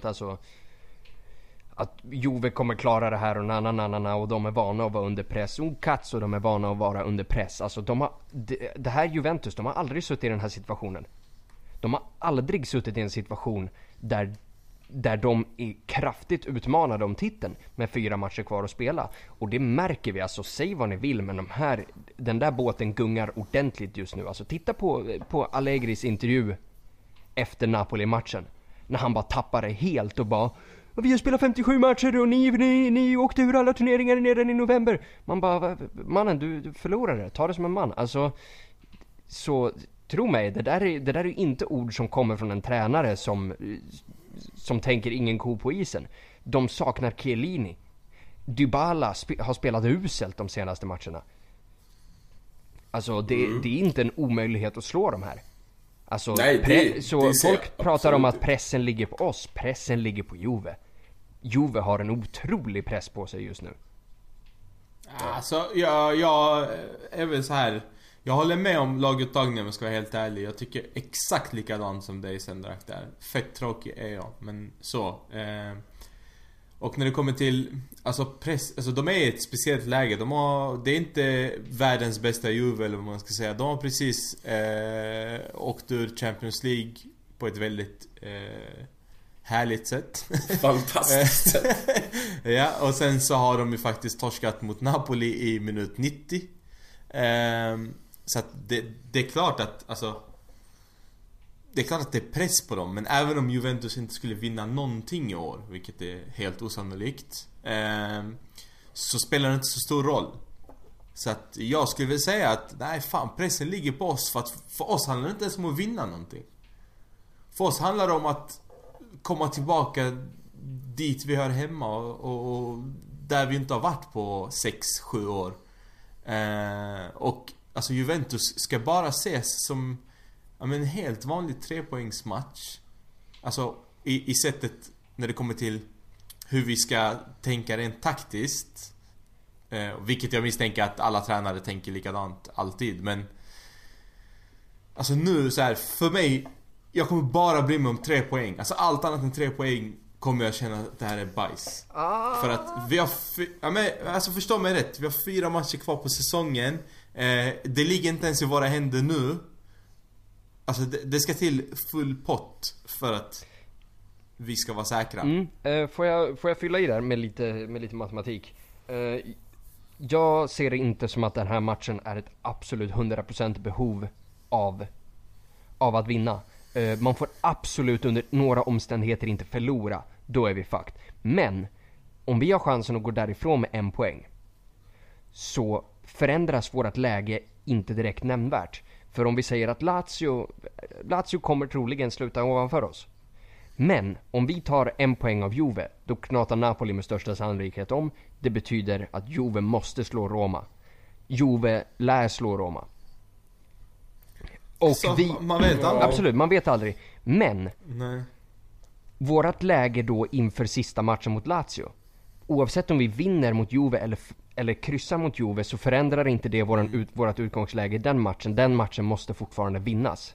Speaker 2: att Juve kommer klara det här och nananana, och de är vana att vara under press. Cazzo, de är vana att vara under press. Alltså det här Juventus, de har aldrig suttit i den här situationen. De har aldrig suttit i en situation där de är kraftigt utmanade om titeln med 4 matcher kvar att spela. Och det märker vi, alltså säg vad ni vill, men den där båten gungar ordentligt just nu. Alltså titta på Allegris intervju efter Napoli-matchen, när han bara tappar det helt och bara: vi har spelat 57 matcher och ni åkte ur alla turneringar redan i november. Man bara: mannen, du förlorade, ta det som en man. Alltså, så tro mig, det där är inte ord som kommer från en tränare som tänker ingen ko på isen. De saknar Chiellini. Dybala har spelat uselt de senaste matcherna. Alltså det är inte en omöjlighet att slå de här. Alltså,
Speaker 3: nej,
Speaker 2: så folk pratar om att pressen ligger på oss. Pressen ligger på Juve. Juve har en otrolig press på sig just nu.
Speaker 1: Alltså, jag är väl så här. Jag håller med om laguttagningen, om jag ska vara helt ärlig. Jag tycker exakt likadant som dig, Sendrak, där. Fett tråkig är jag, men så. Och när det kommer till press, alltså de är i ett speciellt läge. Det är inte världens bästa Juve, eller vad man ska säga. De har precis åkt ur Champions League på ett väldigt härligt sätt.
Speaker 3: Fantastiskt sätt.
Speaker 1: Ja, och sen så har de ju faktiskt torskat mot Napoli i minut 90. Så att det är klart att det är klart att det är press på dem. Men även om Juventus inte skulle vinna någonting i år, vilket är helt osannolikt, så spelar det inte så stor roll. Så att jag skulle vilja säga att nej fan, pressen ligger på oss. För att för oss handlar det inte ens om att vinna någonting. För oss handlar det om att komma tillbaka dit vi hör hemma, och där vi inte har varit på 6-7 år. Och alltså Juventus ska bara ses som en helt vanlig 3-poängsmatch. Alltså i sättet när det kommer till hur vi ska tänka rent taktiskt, vilket jag misstänker att alla tränare tänker likadant alltid. Men alltså nu så här, för mig, jag kommer bara bry mig om 3 poäng. Alltså allt annat än 3 poäng kommer jag känna att det här är bajs. För att vi har alltså förstå mig rätt, vi har 4 matcher kvar på säsongen. Det ligger inte ens i våra händer nu. Alltså det ska till full pott för att vi ska vara säkra.
Speaker 2: Får jag fylla i där med lite matematik? Jag ser det inte som att den här matchen är ett absolut 100% behov av att vinna. Man får absolut under några omständigheter inte förlora. Då är vi fucked. Men om vi har chansen att gå därifrån med 1 poäng, så förändras vårt läge inte direkt nämnvärt. För om vi säger att Lazio kommer troligen sluta ovanför oss. Men om vi tar 1 poäng av Juve, då knatar Napoli med största sannolikhet om. Det betyder att Juve måste slå Roma. Juve lär slå Roma. Och
Speaker 1: så man vet aldrig.
Speaker 2: Absolut, man vet aldrig. Men
Speaker 1: nej.
Speaker 2: Vårat läge då inför sista matchen mot Lazio, oavsett om vi vinner mot Juve eller kryssar mot Juve, så förändrar inte det vårat utgångsläge i den matchen. Den matchen måste fortfarande vinnas.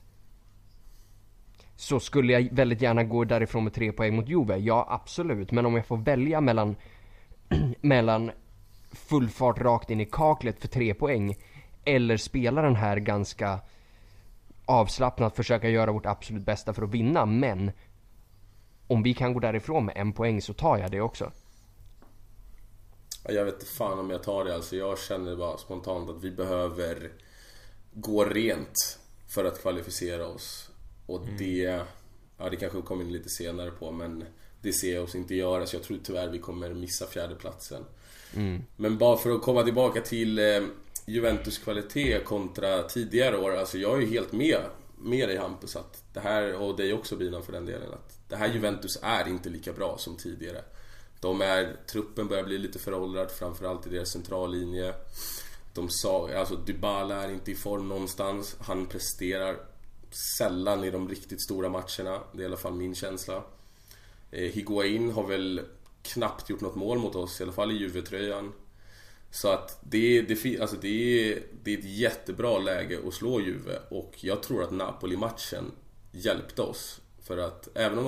Speaker 2: Så skulle jag väldigt gärna gå därifrån med 3 poäng mot Juve? Ja, absolut. Men om jag får välja mellan full fart rakt in i kaklet för 3 poäng eller spela den här ganska avslappnat, försöka göra vårt absolut bästa för att vinna, men om vi kan gå därifrån med 1 poäng så tar jag det också.
Speaker 3: Jag vet inte fan om jag tar det. Alltså jag känner bara spontant att vi behöver gå rent för att kvalificera oss. Och det ja, det kanske kommer in lite senare på, men det ser jag oss inte göra, så jag tror tyvärr vi kommer missa fjärdeplatsen. Men bara för att komma tillbaka till Juventus kvalitet kontra tidigare år, alltså jag är ju helt med dig Hampus, att det här, och dig också Binan för den delen, att det här Juventus är inte lika bra som tidigare. Truppen börjar bli lite föråldrad, framförallt i deras centrallinje. Alltså Dybala är inte i form någonstans. Han presterar sällan i de riktigt stora matcherna. Det är i alla fall min känsla. Higuain har väl knappt gjort något mål mot oss, i alla fall i Juve-tröjan. Så att det är ett jättebra läge att slå Juve. Och jag tror att Napoli-matchen hjälpte oss. För att även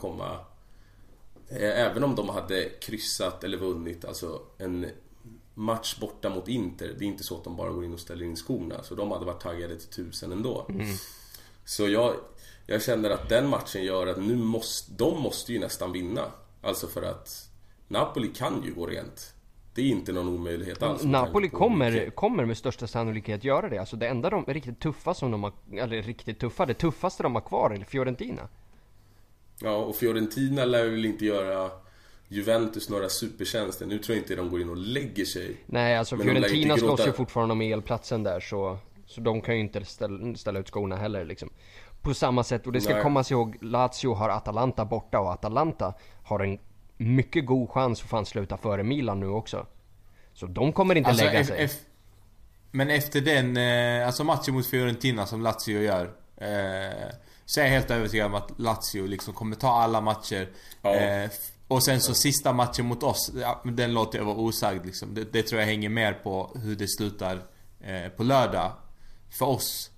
Speaker 3: om de hade kryssat eller vunnit, alltså en match borta mot Inter, det är inte så att de bara går in och ställer in skorna, så de hade varit taggade till 1000 ändå. Så jag känner att den matchen gör att de måste ju nästan vinna. Alltså för att Napoli kan ju gå rent. Det är inte någon omöjlighet alls.
Speaker 2: Napoli kommer med största sannolikhet göra det. Alltså det enda de är riktigt tuffa som de har, eller riktigt tuffa, det tuffaste de har kvar är Fiorentina.
Speaker 3: Ja, och Fiorentina lär väl inte göra Juventus några supertjänster. Nu tror jag inte de går in och lägger sig.
Speaker 2: Nej, alltså Fiorentina slåss ju fortfarande om elplatsen där, så de kan ju inte ställa ut skorna heller liksom. På samma sätt, och det ska komma sig ihåg, Lazio har Atalanta borta, och Atalanta har en mycket god chans att fan sluta före Milan nu också. Så de kommer inte alltså, lägga sig.
Speaker 1: Men efter den alltså matchen mot Fiorentina som Lazio gör, så är jag helt övertygad om att Lazio liksom kommer ta alla matcher. Och sen så sista matchen mot oss, den låter jag vara osagd liksom. Det tror jag hänger mer på hur det slutar på lördag för oss.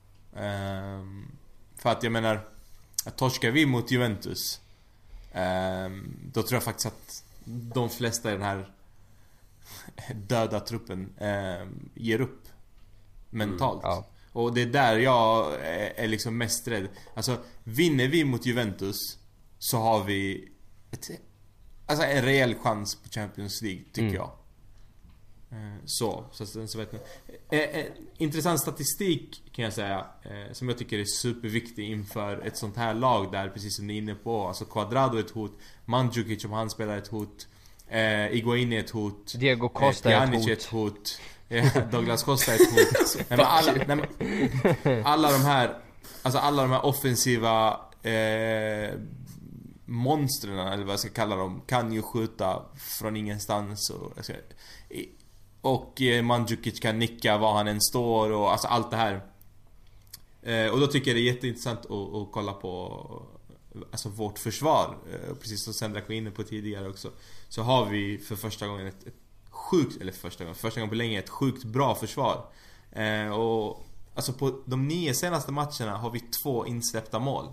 Speaker 1: För att jag menar, att torskar vi mot Juventus, då tror jag faktiskt att de flesta i den här döda truppen ger upp mentalt. Och det är där jag är liksom mest rädd. Alltså, vinner vi mot Juventus så har vi en rejäl chans på Champions League, tycker jag. Så vet ni. Intressant statistik kan jag säga, som jag tycker är superviktig inför ett sånt här lag där, precis som ni är inne på, alltså Cuadrado är ett hot, Mandzukic om han spelar ett hot, Higuain är ett hot,
Speaker 2: Diego Costa är
Speaker 1: ett hot. Douglas Costa är ett hot. Alla de här offensiva monstren, eller vad jag ska kalla dem, kan ju skjuta från ingenstans, och Mandzukic kan nicka var han än står, och alltså allt det här. Och då tycker jag det är jätteintressant att kolla på alltså vårt försvar. Precis som Sandra kom inne på tidigare också, så har vi för första gången första gången på länge ett sjukt bra försvar. Och alltså på de 9 senaste matcherna har vi 2 insläppta mål.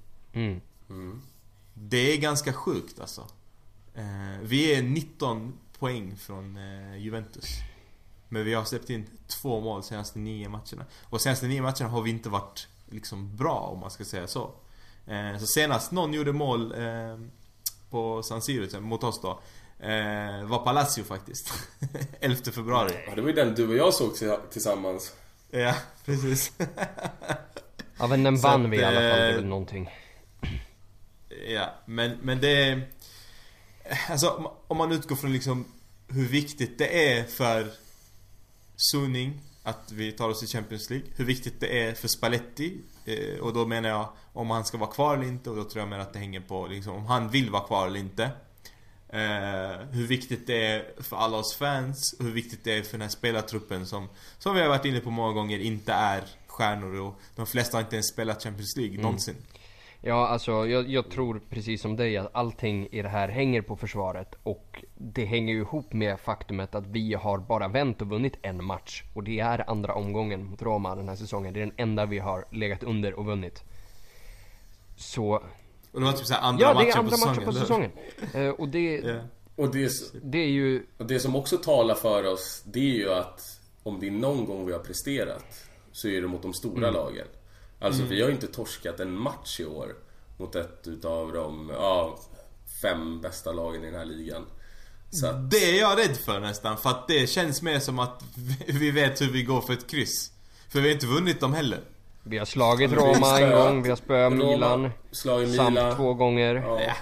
Speaker 1: Det är ganska sjukt alltså. Vi är 19 poäng från Juventus, men vi har släppt in 2 mål senaste 9 matcherna. Och senaste 9 matcherna har vi inte varit liksom bra, om man ska säga så. Så senast någon gjorde mål på San Siro mot oss då, var Palacio faktiskt. 11 februari.
Speaker 3: Ja, det var ju den du och jag såg tillsammans.
Speaker 1: Ja, precis.
Speaker 2: Ja, men den vann vi i alla fall, det är väl någonting.
Speaker 1: Ja, men det, alltså om man utgår från liksom hur viktigt det är för Suning att vi tar oss till Champions League, hur viktigt det är för Spalletti, och då menar jag om han ska vara kvar eller inte, och då tror jag mer att det hänger på liksom, om han vill vara kvar eller inte. Hur viktigt det är för alla oss fans, hur viktigt det är för den här spelartruppen som vi har varit inne på många gånger inte är stjärnor, och de flesta har inte ens spelat Champions League någonsin.
Speaker 2: Ja, alltså jag tror precis som dig att allting i det här hänger på försvaret, och det hänger ju ihop med faktumet att vi har bara vänt och vunnit en match, och det är andra omgången mot Roma den här säsongen. Det är den enda vi har legat under och vunnit. Så... Och
Speaker 1: det var typ så här andra
Speaker 2: matcher på säsongen. Och det är ju...
Speaker 3: Och det som också talar för oss, det är ju att om det är någon gång vi har presterat, så är det mot de stora lagen. Alltså vi har ju inte torskat en match i år mot ett utav de 5 bästa lagen i den här ligan. Så att...
Speaker 1: Det är jag rädd för nästan, för att det känns mer som att vi vet hur vi går för ett kryss. För vi har inte vunnit dem heller.
Speaker 2: Vi har slagit Roma en gång, vi har spöat Milan.
Speaker 3: Slagit Milan.
Speaker 2: Samt 2 gånger.
Speaker 3: Ja.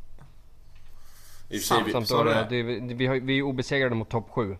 Speaker 2: Samt vi är obesegrade mot topp 7.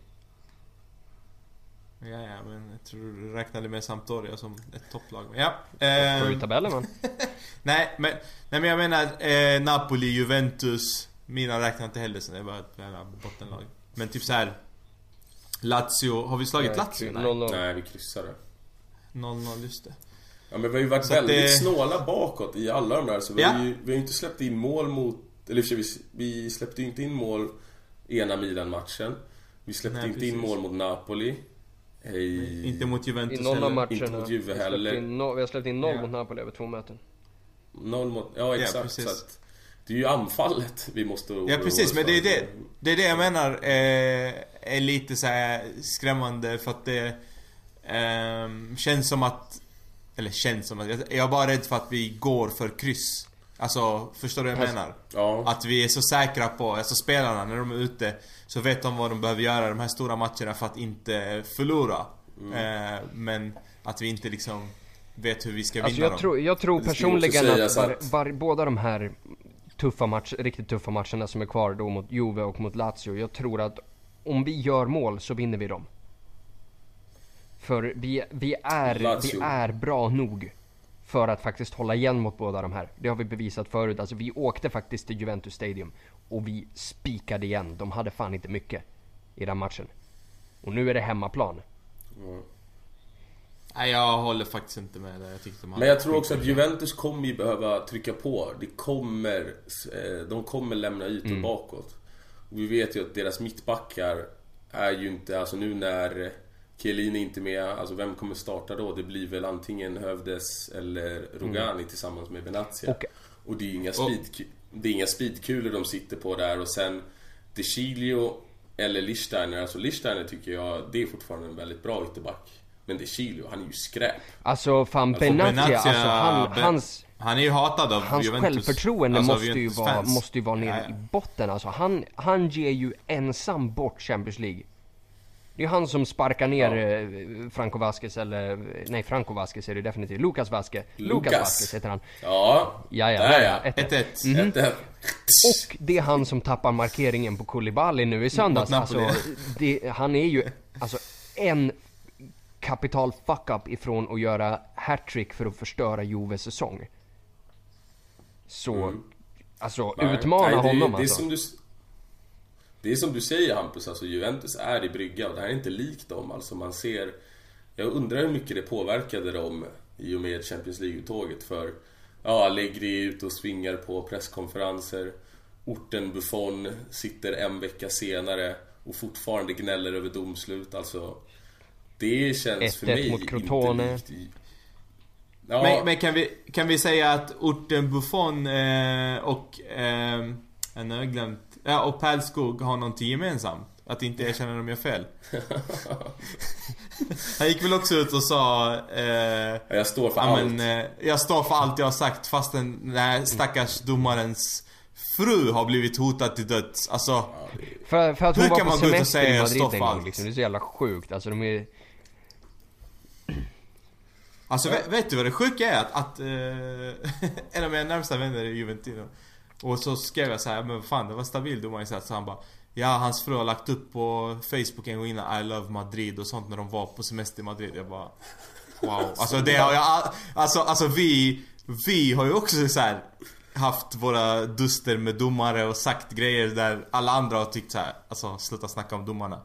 Speaker 1: Ja, men jag tror du räknade med Sampdoria som ett topplag. Ja.
Speaker 2: Får du tabellen, man?
Speaker 1: nej, men jag menar Napoli, Juventus. Mina räknar inte heller, så det är bara ett bottenlag. Men typ så här Lazio, har vi slagit Lazio?
Speaker 3: Nej, vi kryssade
Speaker 1: 0-0, just det.
Speaker 3: Ja, men vi har ju varit så väldigt snåla bakåt i alla de där. Så vi har ju inte släppt in mål mot... Eller vi släppte inte in mål ena Milan-matchen. Vi släppte inte in mål mot Napoli.
Speaker 1: Inte mot Juventus
Speaker 2: i någon av matcherna.
Speaker 3: Inte mot Juve heller.
Speaker 2: Vi har släppt in 0 mot Napoli över 2 möten.
Speaker 3: 0 mot... Ja, exakt. Så att det är ju anfallet vi måste...
Speaker 1: Ja, precis. Men det är det jag menar är lite så här skrämmande. För att det känns som att... Eller känns som att... Jag är bara rädd för att vi går för kryss. Alltså, förstår du vad jag menar?
Speaker 3: Ja.
Speaker 1: Att vi är så säkra på... Alltså spelarna, när de är ute, så vet de vad de behöver göra de här stora matcherna för att inte förlora. Men att vi inte liksom vet hur vi ska vinna dem.
Speaker 2: Jag tror personligen att båda de här riktigt tuffa matcherna som är kvar då mot Juve och mot Lazio, jag tror att om vi gör mål så vinner vi dem. För vi är bra nog för att faktiskt hålla igen mot båda de här. Det har vi bevisat förut. Alltså vi åkte faktiskt till Juventus Stadium och vi spikade igen. De hade fan inte mycket i den matchen. Och nu är det hemmaplan.
Speaker 1: Nej, jag håller faktiskt inte med det.
Speaker 3: Men jag tror också att Juventus kommer ju behöva trycka på. De kommer lämna ytor bakåt. Och vi vet ju att deras mittbackar är ju inte... Alltså nu när Chiellini inte är med, alltså vem kommer starta då? Det blir väl antingen Hövdes eller Rogani tillsammans med Venezia. Och det är ju inga speedkulor de sitter på där. Och sen De Chilio eller Lichtsteiner. Alltså Lichtsteiner tycker jag, det är fortfarande en väldigt bra ytterback. Men De Chilio, han är ju skräp.
Speaker 2: Alltså fan Benatia, alltså
Speaker 1: han är ju hatad av
Speaker 2: hans
Speaker 1: Juventus.
Speaker 2: Självförtroende alltså, måste ju vara nere i botten. Alltså han ger ju ensam bort Champions League. Det är han som sparkar ner Franco Vasquez Franco Vasquez är det definitivt. Lucas Vasquez heter han.
Speaker 3: Ja.
Speaker 1: 1-1.
Speaker 2: Och det är han som tappar markeringen på Koulibaly nu i söndags. Alltså, han är ju en kapital fuck-up ifrån att göra hattrick för att förstöra Juves säsong. Så utmana honom.
Speaker 3: Det är som du säger, Hampus, alltså Juventus är i brygga och det här är inte likt dem. Alltså man ser, jag undrar hur mycket det påverkade dem i och med Champions League-uttåget. För Allegri ut och svingar på presskonferenser. Orten Buffon sitter en vecka senare och fortfarande gnäller över domslut. Alltså det känns för mig
Speaker 2: mot Crotone.
Speaker 3: Inte likt.
Speaker 1: Men kan vi säga att orten Buffon och och Pärlskog har någonting gemensamt? Att inte erkänna dem gör fel. Han gick väl också ut och sa
Speaker 3: jag står för allt.
Speaker 1: Jag står för allt jag har sagt, fast den här stackars domarens fru har blivit hotad till döds. Alltså,
Speaker 2: för att hon var på semester i Madrid en gång, liksom. Det är så jävla sjukt. Alltså de är...
Speaker 1: Alltså vet du vad det sjuka är? Att en av mina närmsta vänner är Juventino. Och så skrev jag så här, men fan, det var stabil domarinsats. Så han bara, hans fru har lagt upp på Facebook en gång innan I love Madrid och sånt när de var på semester i Madrid. Jag bara, wow. Alltså det har jag, alltså vi har ju också så här haft våra duster med domare och sagt grejer där alla andra har tyckt så här, alltså sluta snacka om domarna.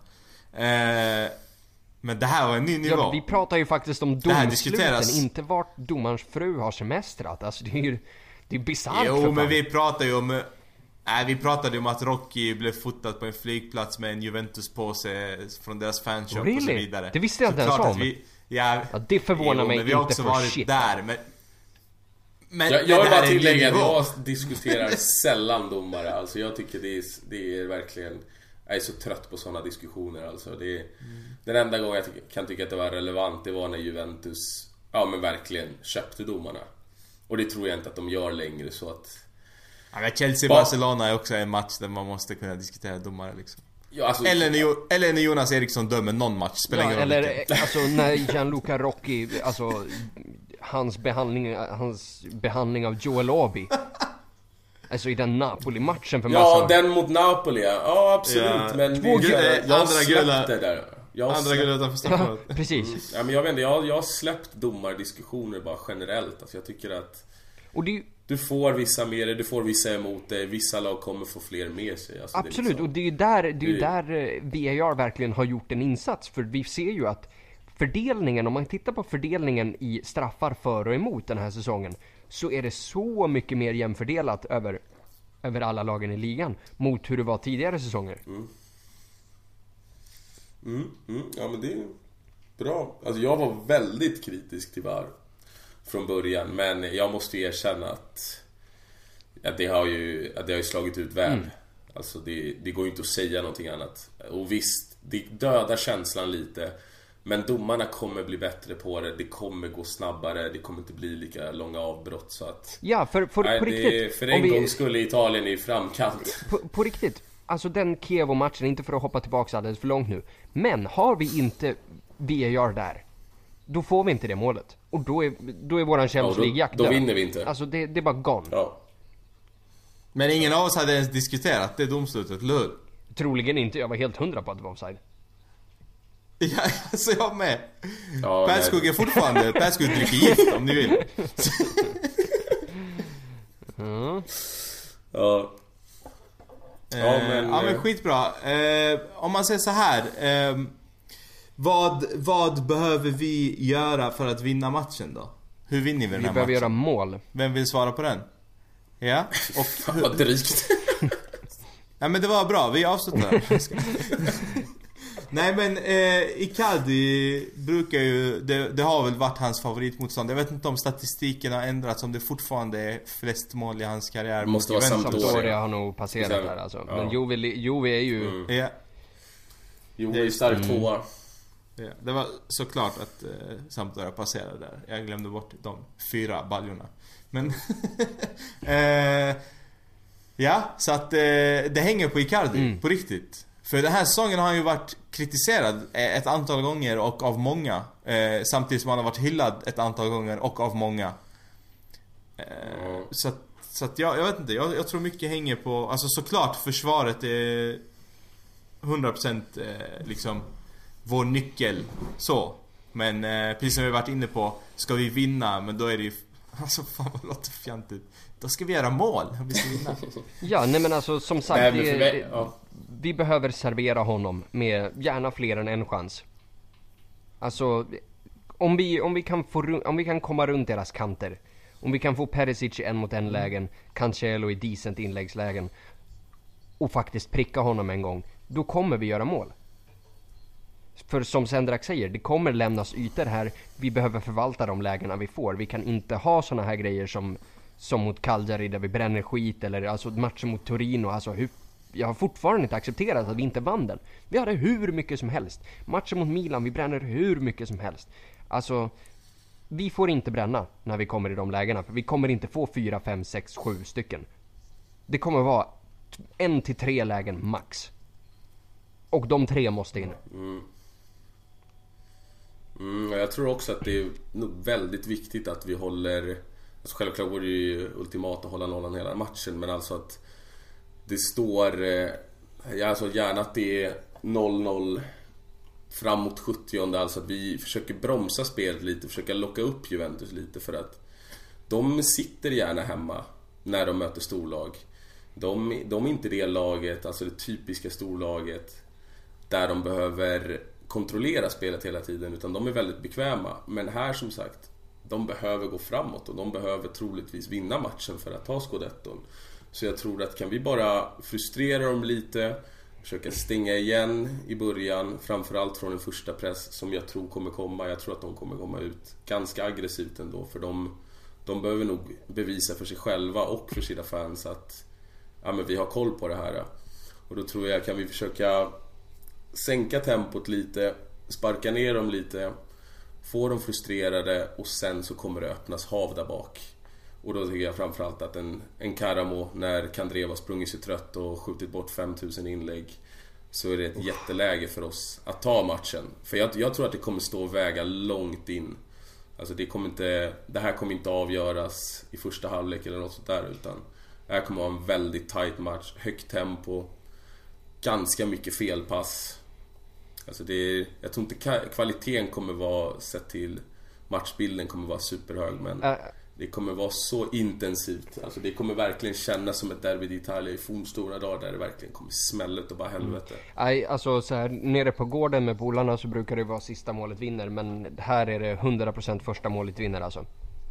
Speaker 1: Men det här var en ny nivå.
Speaker 2: Ja, vi pratar ju faktiskt om domsluten, inte vart domarens fru har semestrat. Alltså det är bisarrt.
Speaker 1: Jo, men vi pratar ju om... vi pratade om att Rocky blev fotad på en flygplats med en Juventus-påse från deras fanshop och så vidare.
Speaker 2: Det visste jag inte ens om. Det förvånar mig inte
Speaker 1: också varit
Speaker 2: shit.
Speaker 1: Där, men
Speaker 3: jag vill bara tillägga att jag diskuterar sällan domare. Alltså jag tycker det är verkligen... Jag är så trött på sådana diskussioner. Alltså den enda gången jag kan tycka att det var relevant, det var när Juventus men verkligen köpte domarna. Och det tror jag inte att de gör längre, så att...
Speaker 1: Chelsea-Barcelona är också en match där man måste kunna diskutera domare liksom.
Speaker 3: Ja, alltså...
Speaker 1: eller när Jonas Eriksson dömer någon match, spelar ingen roll.
Speaker 2: Eller alltså när Gianluca Rocchi hans behandling av Joel Obi. Alltså i den Napoli-matchen för massa.
Speaker 3: Ja, den mot Napoli. Ja, absolut.
Speaker 1: Ja,
Speaker 3: men
Speaker 1: andra
Speaker 3: släppte där.
Speaker 1: Andra gula utanför straffområdet.
Speaker 2: Ja, precis.
Speaker 3: Ja, men jag vet inte, jag har släppt domardiskussioner bara generellt. Alltså jag tycker att
Speaker 2: och det,
Speaker 3: du får vissa med dig, du får vissa emot dig. Vissa lag kommer få fler med sig. Alltså
Speaker 2: absolut,
Speaker 3: det är liksom,
Speaker 2: och det är ju där VAR verkligen har gjort en insats. För vi ser ju att fördelningen, om man tittar på fördelningen i straffar för och emot den här säsongen, så är det så mycket mer jämfördelat över alla lagen i ligan mot hur det var tidigare säsonger.
Speaker 3: Ja, men det är bra. Alltså jag var väldigt kritisk till VAR från början, men jag måste erkänna att det har ju slagit ut väl. Alltså det går ju inte att säga någonting annat. Och visst, det dödar känslan lite, men domarna kommer bli bättre på det. Det kommer gå snabbare. Det kommer inte bli lika långa avbrott. Så att,
Speaker 2: ja, på riktigt.
Speaker 3: För en gång skulle Italien i framkant.
Speaker 2: På riktigt. Alltså den Chievo-matchen, inte för att hoppa tillbaka alldeles för långt nu. Men har vi inte VAR där, då får vi inte det målet. Och då är våran Champions League-jakt
Speaker 3: då vinner vi inte.
Speaker 2: Alltså det är bara gone.
Speaker 3: Ja.
Speaker 1: Men ingen av oss hade ens diskuterat det domslutet, eller?
Speaker 2: Troligen inte, jag var helt 100 på att det var offside.
Speaker 1: Ja, alltså jag med.
Speaker 3: Ja,
Speaker 1: Pärskog är fortfarande Pärskog dricker gift om ni vill.
Speaker 3: Ja.
Speaker 1: Men skitbra. Om man säger så här, vad behöver vi göra för att vinna matchen då? Hur vinner vi den här matchen?
Speaker 2: Vi behöver göra mål.
Speaker 1: Vem vill svara på den? Ja. Och
Speaker 3: vad drygt.
Speaker 1: Ja, men det var bra, vi avslutar. Nej, men Icardi brukar ju det har väl varit hans favoritmotstånd. Jag vet inte om statistiken har ändrats, om det fortfarande är flest mål i hans karriär.
Speaker 3: Måste vara
Speaker 2: Sampdoria har nog passerat där alltså. Ja. Men Juve är ju...
Speaker 1: Ja.
Speaker 3: Juve är ju stark tvåa.
Speaker 1: Ja, det var såklart att Sampdoria passerade där. Jag glömde bort de 4 baljorna. Men ja, så att det hänger på Icardi på riktigt. För den här säsongen har han ju varit kritiserad ett antal gånger och av många, samtidigt som han har varit hyllad ett antal gånger och av många. Så att jag vet inte, jag tror mycket hänger på, alltså såklart försvaret är 100% liksom vår nyckel så. Men precis som vi varit inne på, ska vi vinna, men då är det ju, alltså fan vad låter fjantigt. Då ska vi göra mål om vi ska vinna.
Speaker 2: Ja, nej men alltså som sagt, vi behöver servera honom med gärna fler än en chans. Alltså om vi kan komma runt deras kanter, om vi kan få Perisic i 1-mot-1 lägen, Cancelo i decent inläggslägen och faktiskt pricka honom en gång, då kommer vi göra mål. För som Sendrak säger, det kommer lämnas ytor här. Vi behöver förvalta de lägena vi får. Vi kan inte ha såna här grejer som mot Cagliari där vi bränner skit, eller alltså matchen mot Torino. Alltså jag har fortfarande inte accepterat att vi inte vann den. Vi hade hur mycket som helst. Matchen mot Milan, vi bränner hur mycket som helst. Alltså vi får inte bränna när vi kommer i de lägena, för vi kommer inte få 4, 5, 6, 7 stycken. Det kommer vara 1-3 lägen max. Och de 3 måste in.
Speaker 3: Jag tror också att det är nog väldigt viktigt att vi håller, alltså självklart vore det ju ultimat att hålla nollan hela matchen, men alltså att det står alltså gärna att det är 0-0 framåt 70, alltså att vi försöker bromsa spelet lite, försöka locka upp Juventus lite, för att de sitter gärna hemma när de möter storlag. De är inte det laget, alltså det typiska storlaget där de behöver kontrollera spelet hela tiden, utan de är väldigt bekväma. Men här som sagt, de behöver gå framåt och de behöver troligtvis vinna matchen för att ta scudetton. Så jag tror att kan vi bara frustrera dem lite, försöka stänga igen i början, framförallt från en första press som jag tror kommer komma. Jag tror att de kommer komma ut ganska aggressivt ändå, för de behöver nog bevisa för sig själva och för sina fans att men vi har koll på det här. Och då tror jag kan vi försöka sänka tempot lite, sparka ner dem lite, få dem frustrerade, och sen så kommer det öppnas hav där bak. Och då tycker jag framförallt att en Karamo, när Kandreva sprungit sig trött och skjutit bort 5000 inlägg, så är det ett jätteläge för oss att ta matchen. För jag tror att det kommer stå och väga långt in. Alltså det här kommer inte avgöras i första halvlek eller något sånt där, utan det här kommer vara en väldigt tight match, högt tempo, ganska mycket felpass. Alltså jag tror inte kvaliteten kommer vara, sett till matchbilden, kommer vara superhög, men det kommer vara så intensivt. Alltså det kommer verkligen kännas som ett derby d'Italia i fornstora dagar, där det verkligen kommer smälla och bara helvete.
Speaker 2: Nej, alltså så här, nere på gården med polarna så brukar det vara sista målet vinner, men här är det 100% första målet vinner alltså.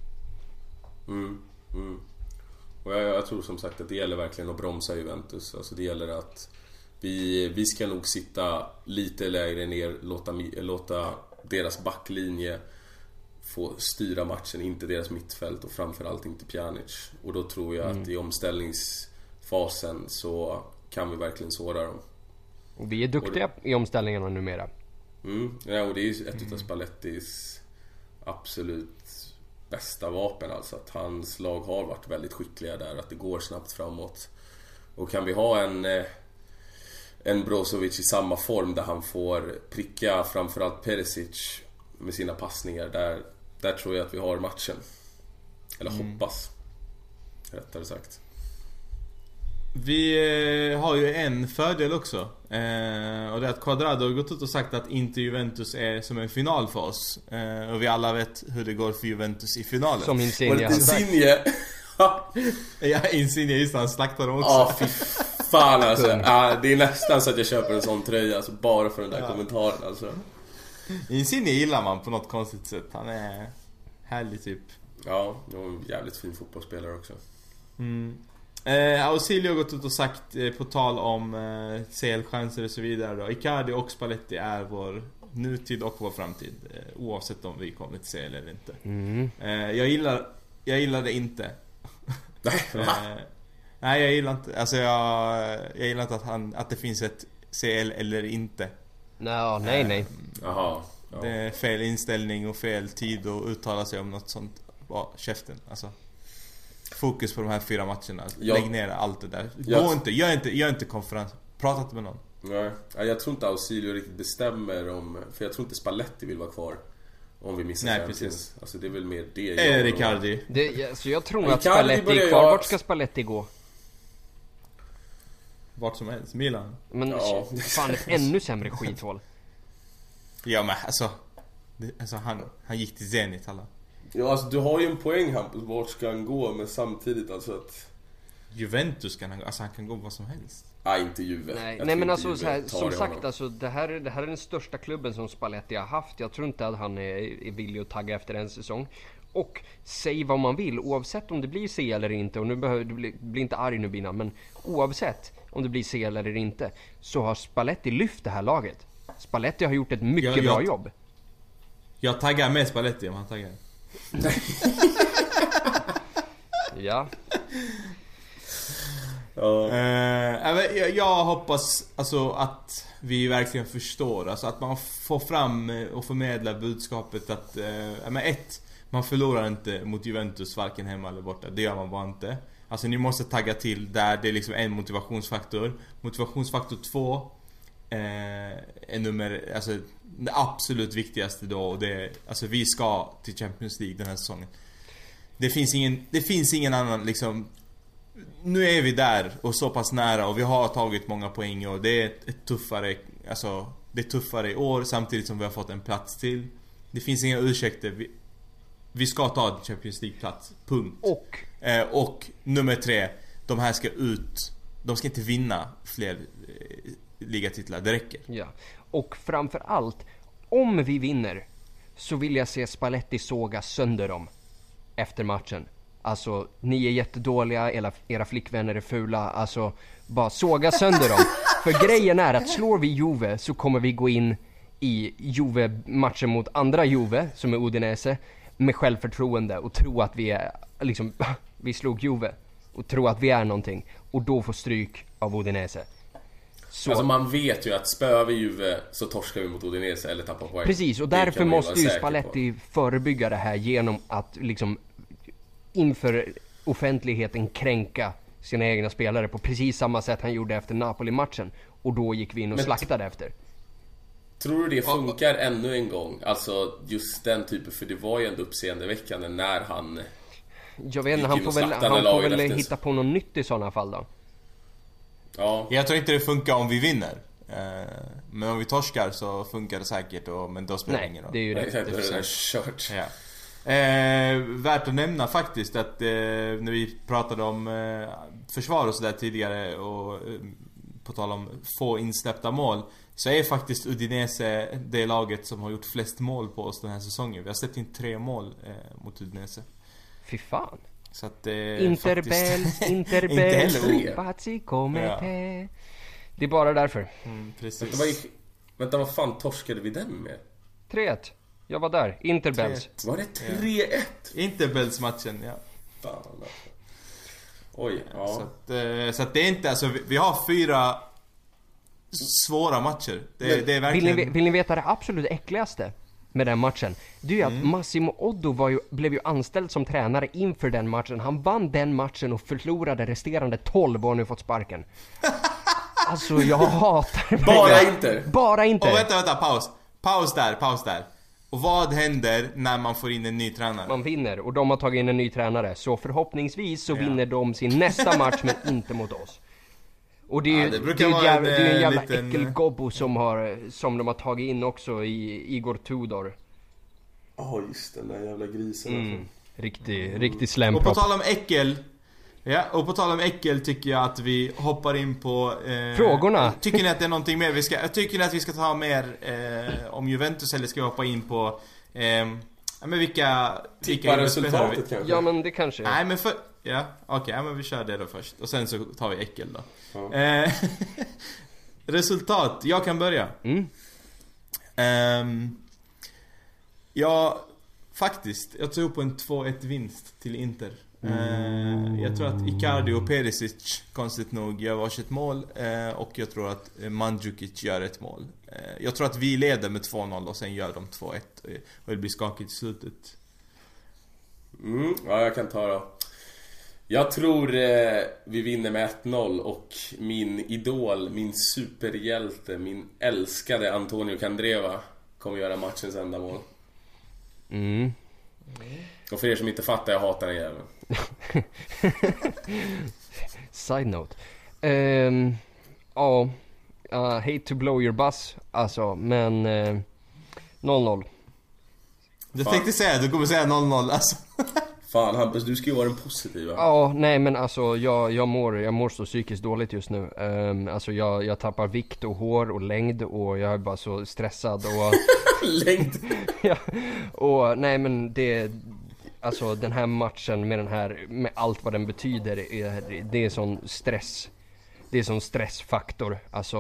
Speaker 3: Och jag tror som sagt att det gäller verkligen att bromsa Juventus. Alltså det gäller att vi ska nog sitta lite lägre ner, låta deras backlinje få styra matchen, inte deras mittfält, och framförallt inte Pjanic. Och då tror jag att i omställningsfasen så kan vi verkligen såra dem.
Speaker 2: Och vi är duktiga i omställningarna numera.
Speaker 3: Ja, och det är ju ett av Spallettis absolut bästa vapen, alltså att hans lag har varit väldigt skickliga där, att det går snabbt framåt. Och kan vi ha en Brozovic i samma form, där han får pricka framförallt Perisic med sina passningar, där tror jag att vi har matchen. Eller hoppas, rättare sagt.
Speaker 1: Vi har ju en fördel också, och det är att Quadrado har gått ut och sagt att inte Juventus är som en final för oss, och vi alla vet hur det går för Juventus i finalen.
Speaker 2: Som Insigne.
Speaker 1: Ja, Insigne, just han slaktar dem också.
Speaker 3: Ja, fy fan alltså. Det är nästan så att jag köper en sån tröja, alltså, bara för den där kommentaren alltså.
Speaker 1: Insigne gillar man på något konstigt sätt. Han är härlig typ.
Speaker 3: Ja, det var en jävligt fin fotbollsspelare också.
Speaker 1: Ausilio har gått ut och sagt, på tal om CL-chanser och så vidare då, Icardi och Spalletti är vår nutid och vår framtid, oavsett om vi kommer till CL eller inte. Jag gillar det inte. Nej, jag gillar inte. Alltså jag gillar inte att det finns ett CL eller inte.
Speaker 2: Nej.
Speaker 3: Jaha. Ja.
Speaker 1: Det är fel inställning och fel tid att uttala sig om något sånt. Käften, alltså. Fokus på de här 4 matcherna. Lägg ner allt det där. Gör inte konferens. Prata inte med någon.
Speaker 3: Nej, jag tror inte Ausilio riktigt bestämmer om, för jag tror inte Spalletti vill vara kvar om vi missar.
Speaker 1: Nej, precis.
Speaker 3: Alltså det är väl mer det.
Speaker 1: Eller Riccardi.
Speaker 2: Så jag tror att Spalletti är kvar. Vart ska Spalletti gå?
Speaker 1: Vart som helst, Milan.
Speaker 2: Men fan, ett ännu sämre skithål.
Speaker 1: Ja, men alltså han gick till Zenit alla.
Speaker 3: Ja, alltså du har ju en poäng, Hampus. Vart ska han gå? Men samtidigt alltså att
Speaker 1: Juventus kan han gå. Alltså han kan gå vad som helst.
Speaker 3: Nej, inte Juve.
Speaker 2: Nej, men alltså så här, som sagt, alltså, det här är den största klubben som Spalletti har haft. Jag tror inte att han är villig att tagga efter en säsong. Och säg vad man vill, oavsett om det blir C eller inte. Och nu behöver du bli inte arg nu, Bina, men oavsett om det blir C eller inte, så har Spalletti lyft det här laget. Spalletti har gjort ett mycket bra jobb. Jag
Speaker 1: taggar med Spalletti om han taggar.
Speaker 2: Ja.
Speaker 1: Jag hoppas alltså att vi verkligen förstår, alltså att man får fram och förmedla budskapet att man förlorar inte mot Juventus varken hemma eller borta. Det gör man bara inte. Alltså ni måste tagga till där. Det är liksom en motivationsfaktor. Motivationsfaktor 2 är alltså det absolut viktigaste då, och det är, alltså vi ska till Champions League den här säsongen. Det finns ingen annan liksom. Nu är vi där och så pass nära, och vi har tagit många poäng, och det är det är tuffare i år, samtidigt som vi har fått en plats till. Det finns inga ursäkter. Vi ska ta Champions League-plats. Punkt. Och nummer 3, de här ska ut. De ska inte vinna fler ligatitlar, det räcker.
Speaker 2: Ja. Och framför allt, om vi vinner, så vill jag se Spalletti såga sönder dem efter matchen. Alltså, ni är jättedåliga, era flickvänner är fula. Alltså, bara såga sönder dem. För grejen är att slår vi Juve, så kommer vi gå in i Juve-matchen mot andra Juve, som är Udinese, med självförtroende och tro att vi är liksom, vi slog Juve, och tro att vi är någonting, och då får stryk av Udinese. Så.
Speaker 3: Alltså man vet ju att spöar vi Juve så torskar vi mot Udinese eller tappar poäng.
Speaker 2: Precis, och därför måste ju Spalletti förebygga det här genom att liksom inför offentligheten kränka sina egna spelare på precis samma sätt han gjorde efter Napoli-matchen. Och då gick vi in och slaktade efter.
Speaker 3: Tror du det funkar ännu en gång? Alltså just den typen, för det var ju ändå uppseendeväckande när han...
Speaker 2: Jag vet inte, han får väl hitta på något nytt i sådana fall då.
Speaker 3: Ja.
Speaker 1: Jag tror inte det funkar om vi vinner. Men om vi torskar så funkar det säkert, men då spelar det ingen roll.
Speaker 2: Det är ju det.
Speaker 3: Det är kört.
Speaker 1: Ja. Värt att nämna faktiskt att när vi pratade om försvar och sådär tidigare, och på tal om få insläppta mål, så är faktiskt Udinese det laget som har gjort flest mål på oss den här säsongen. Vi har släppt in 3 mål mot Udinese.
Speaker 2: Fy fan.
Speaker 1: Så att
Speaker 2: Interbell, Pazzi come te. Det är bara därför.
Speaker 1: Precis.
Speaker 3: Vänta, vad fan torskade vi den med?
Speaker 2: 3-1. Jag var där. Interbells.
Speaker 3: Var det 3-1?
Speaker 1: Interbells matchen, ja.
Speaker 3: Fan. Oj, ja.
Speaker 1: Så att det är inte, alltså vi har 4 svåra matcher. Det är verkligen...
Speaker 2: Vill ni veta det absolut äckligaste med den matchen? Det är ju att Massimo Oddo blev ju anställd som tränare inför den matchen. Han vann den matchen och förlorade resterande 12 och har nu fått sparken. Alltså jag hatar Bara inte.
Speaker 1: Och vänta, paus där. Och vad händer när man får in en ny tränare?
Speaker 2: Man vinner, och de har tagit in en ny tränare. Så förhoppningsvis så vinner de sin nästa match, men inte mot oss. Och det är ju en jävla äckelgobbo som de har tagit in också i Igor Tudor.
Speaker 3: Just den där jävla grisen.
Speaker 2: Riktig slämpropp.
Speaker 1: Och på tal om äckel... Ja, och på tal om äckel tycker jag att vi hoppar in på
Speaker 2: frågorna.
Speaker 1: Tycker ni att det är någonting mer tycker ni att vi ska ta mer om Juventus, eller ska vi hoppa in på men vilka
Speaker 3: resultatet kanske?
Speaker 2: Ja, men det kanske.
Speaker 1: Nej, men okej, men vi kör det då först och sen så tar vi äckel då. Resultat, jag kan börja. Jag tror på en 2-1 vinst till Inter. Jag tror att Icardi och Perisic konstigt nog gör varsitt mål, och jag tror att Mandzukic gör ett mål. Jag tror att vi leder med 2-0 och sen gör de 2-1 och det blir skakigt i slutet.
Speaker 3: Ja, jag kan ta då. Jag tror vi vinner med 1-0 och min idol, min superhjälte, min älskade Antonio Candreva kommer göra matchens enda mål. Och för er som inte fattar, jag hatar den jäveln.
Speaker 2: Side note. Hate to blow your buzz, alltså, men 0-0.
Speaker 1: Du tänkte säga, du kommer säga 0-0 alltså.
Speaker 3: Fan Hampus, du ska ju vara den positiva.
Speaker 2: Ja, nej men alltså jag mår så psykiskt dåligt just nu. Alltså jag tappar vikt och hår och längd, och jag är bara så stressad och
Speaker 3: längd.
Speaker 2: Ja, och nej men alltså den här matchen med allt vad den betyder, det är sån stress. Det är sån stressfaktor.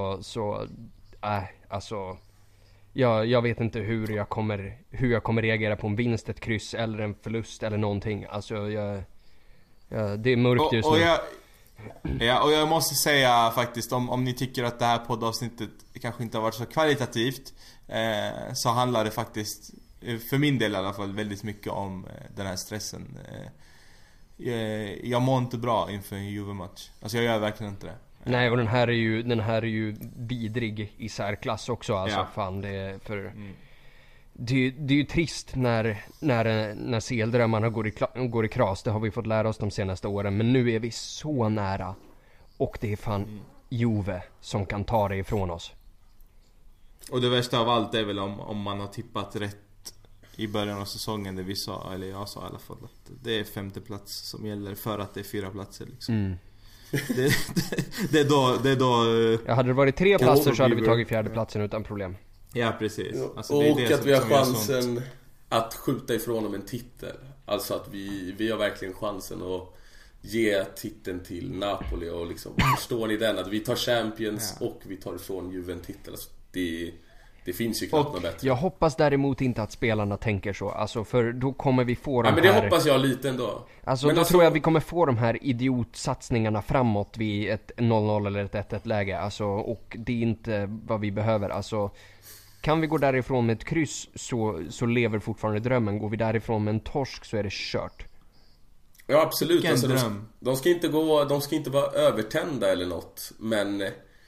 Speaker 2: Jag vet inte hur jag kommer reagera på en vinst, ett kryss eller en förlust eller någonting. Alltså det är mörkt just nu.
Speaker 1: Och jag måste säga faktiskt, om ni tycker att det här poddavsnittet kanske inte har varit så kvalitativt, så handlar det faktiskt, för min del i alla fall, väldigt mycket om den här stressen. Jag mår inte bra inför en Juve-match. Alltså jag gör verkligen inte det.
Speaker 2: Nej, och den här är ju vidrig i särklass också. Alltså fan, det är för... Det är ju trist när CL-drömmarna går i kras. Det har vi fått lära oss de senaste åren. Men nu är vi så nära. Och det är fan Juve som kan ta det ifrån oss.
Speaker 1: Och det värsta av allt är väl om man har tippat rätt i början av säsongen, där vi sa, eller jag sa i alla fall, att det är 5:e plats som gäller för att det är 4 platser liksom. Det är då
Speaker 2: hade det varit 3 platser så hade vi tagit 4:e platsen utan problem.
Speaker 1: Ja, precis. Alltså,
Speaker 3: och det att vi har chansen att skjuta ifrån om en titel. Alltså att vi har verkligen chansen att ge titeln till Napoli. Och liksom, förstår ni den? Att vi tar Champions och vi tar ifrån Juve en titel. Alltså, det finns ju knappt något bättre.
Speaker 2: Jag hoppas däremot inte att spelarna tänker så. Alltså, för då kommer vi få
Speaker 3: men det hoppas jag lite ändå.
Speaker 2: Alltså, men då tror jag vi kommer få de här idiotsatsningarna framåt vid ett 0-0 eller ett 1-1 läge. Alltså, och det är inte vad vi behöver. Alltså, kan vi gå därifrån med ett kryss så lever fortfarande drömmen. Går vi därifrån med en torsk så är det kört.
Speaker 3: Ja, absolut. Alltså, de ska inte vara övertända eller något. Men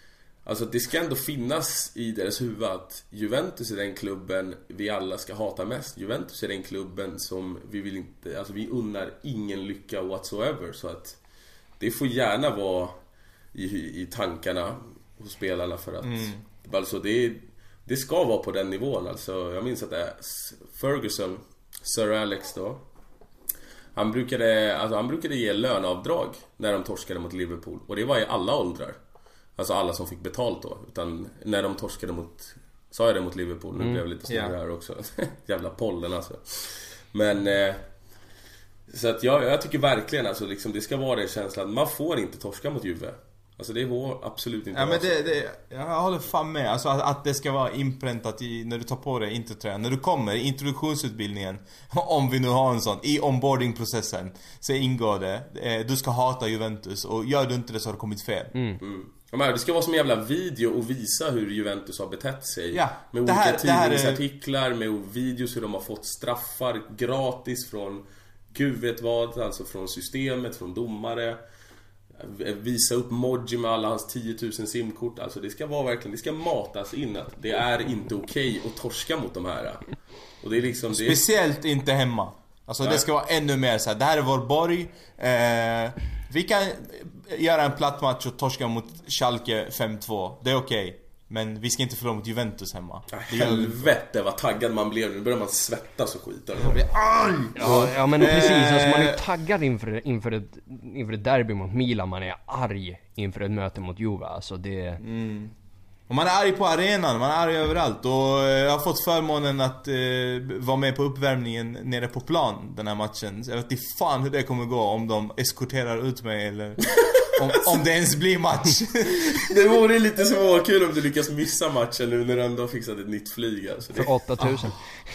Speaker 3: Alltså det ska ändå finnas i deras huvud att Juventus är den klubben vi alla ska hata mest. Juventus är den klubben som vi vill inte, alltså vi unnar ingen lycka whatsoever. Så att det får gärna vara i tankarna hos spelarna för att alltså det ska vara på den nivån. Alltså jag minns att det är Ferguson, Sir Alex då. Han brukade ge löneavdrag när de torskade mot Liverpool. Och det var i alla åldrar. Alltså alla som fick betalt då. Utan när de torskade mot... Sa jag det mot Liverpool? Nu blev jag lite snurrig här också. Jävla pollen alltså. Men... så att jag tycker verkligen alltså, liksom, det ska vara den känslan. Man får inte torska mot Juve. Alltså det var absolut inte.
Speaker 1: Ja, men jag håller fan med. Alltså att det ska vara inpräntat när du tar på dig introtröjan. När du kommer i introduktionsutbildningen, om vi nu har en sån, i onboardingprocessen, så ingår det. Du ska hata Juventus, och gör du inte det så har du kommit fel.
Speaker 3: Ja, det ska vara som en jävla video och visa hur Juventus har betett sig.
Speaker 1: Ja,
Speaker 3: med olika tidningsartiklar, med videos hur de har fått straffar gratis från gud vet vad, alltså från systemet, från domare. Visa upp Modji med alla hans 10 000 simkort. Alltså det ska vara verkligen, det ska matas in att det är inte okej att torska mot de här. Och det är liksom
Speaker 1: speciellt inte hemma. Alltså det ska vara ännu mer så här. Det här är vår borg. Vi kan göra en platt match och torska mot Schalke 5-2. Det är okej. Men vi ska inte förlora mot Juventus hemma.
Speaker 3: Helvete vad taggad man blev. Nu börjar man svettas och skita.
Speaker 2: Ja men precis, alltså man är taggad inför ett derby mot Milan. Man är arg inför ett möte mot Juve. Alltså det...
Speaker 1: Och man är arg på arenan, man är arg överallt. Och jag har fått förmånen att vara med på uppvärmningen nere på plan den här matchen. Så jag vet inte fan hur det kommer gå, om de eskorterar ut mig eller om det ens blir match.
Speaker 3: Det vore lite småkul om du lyckas missa matchen nu när du ändå har fixat ett nytt flyg alltså.
Speaker 2: För 8000.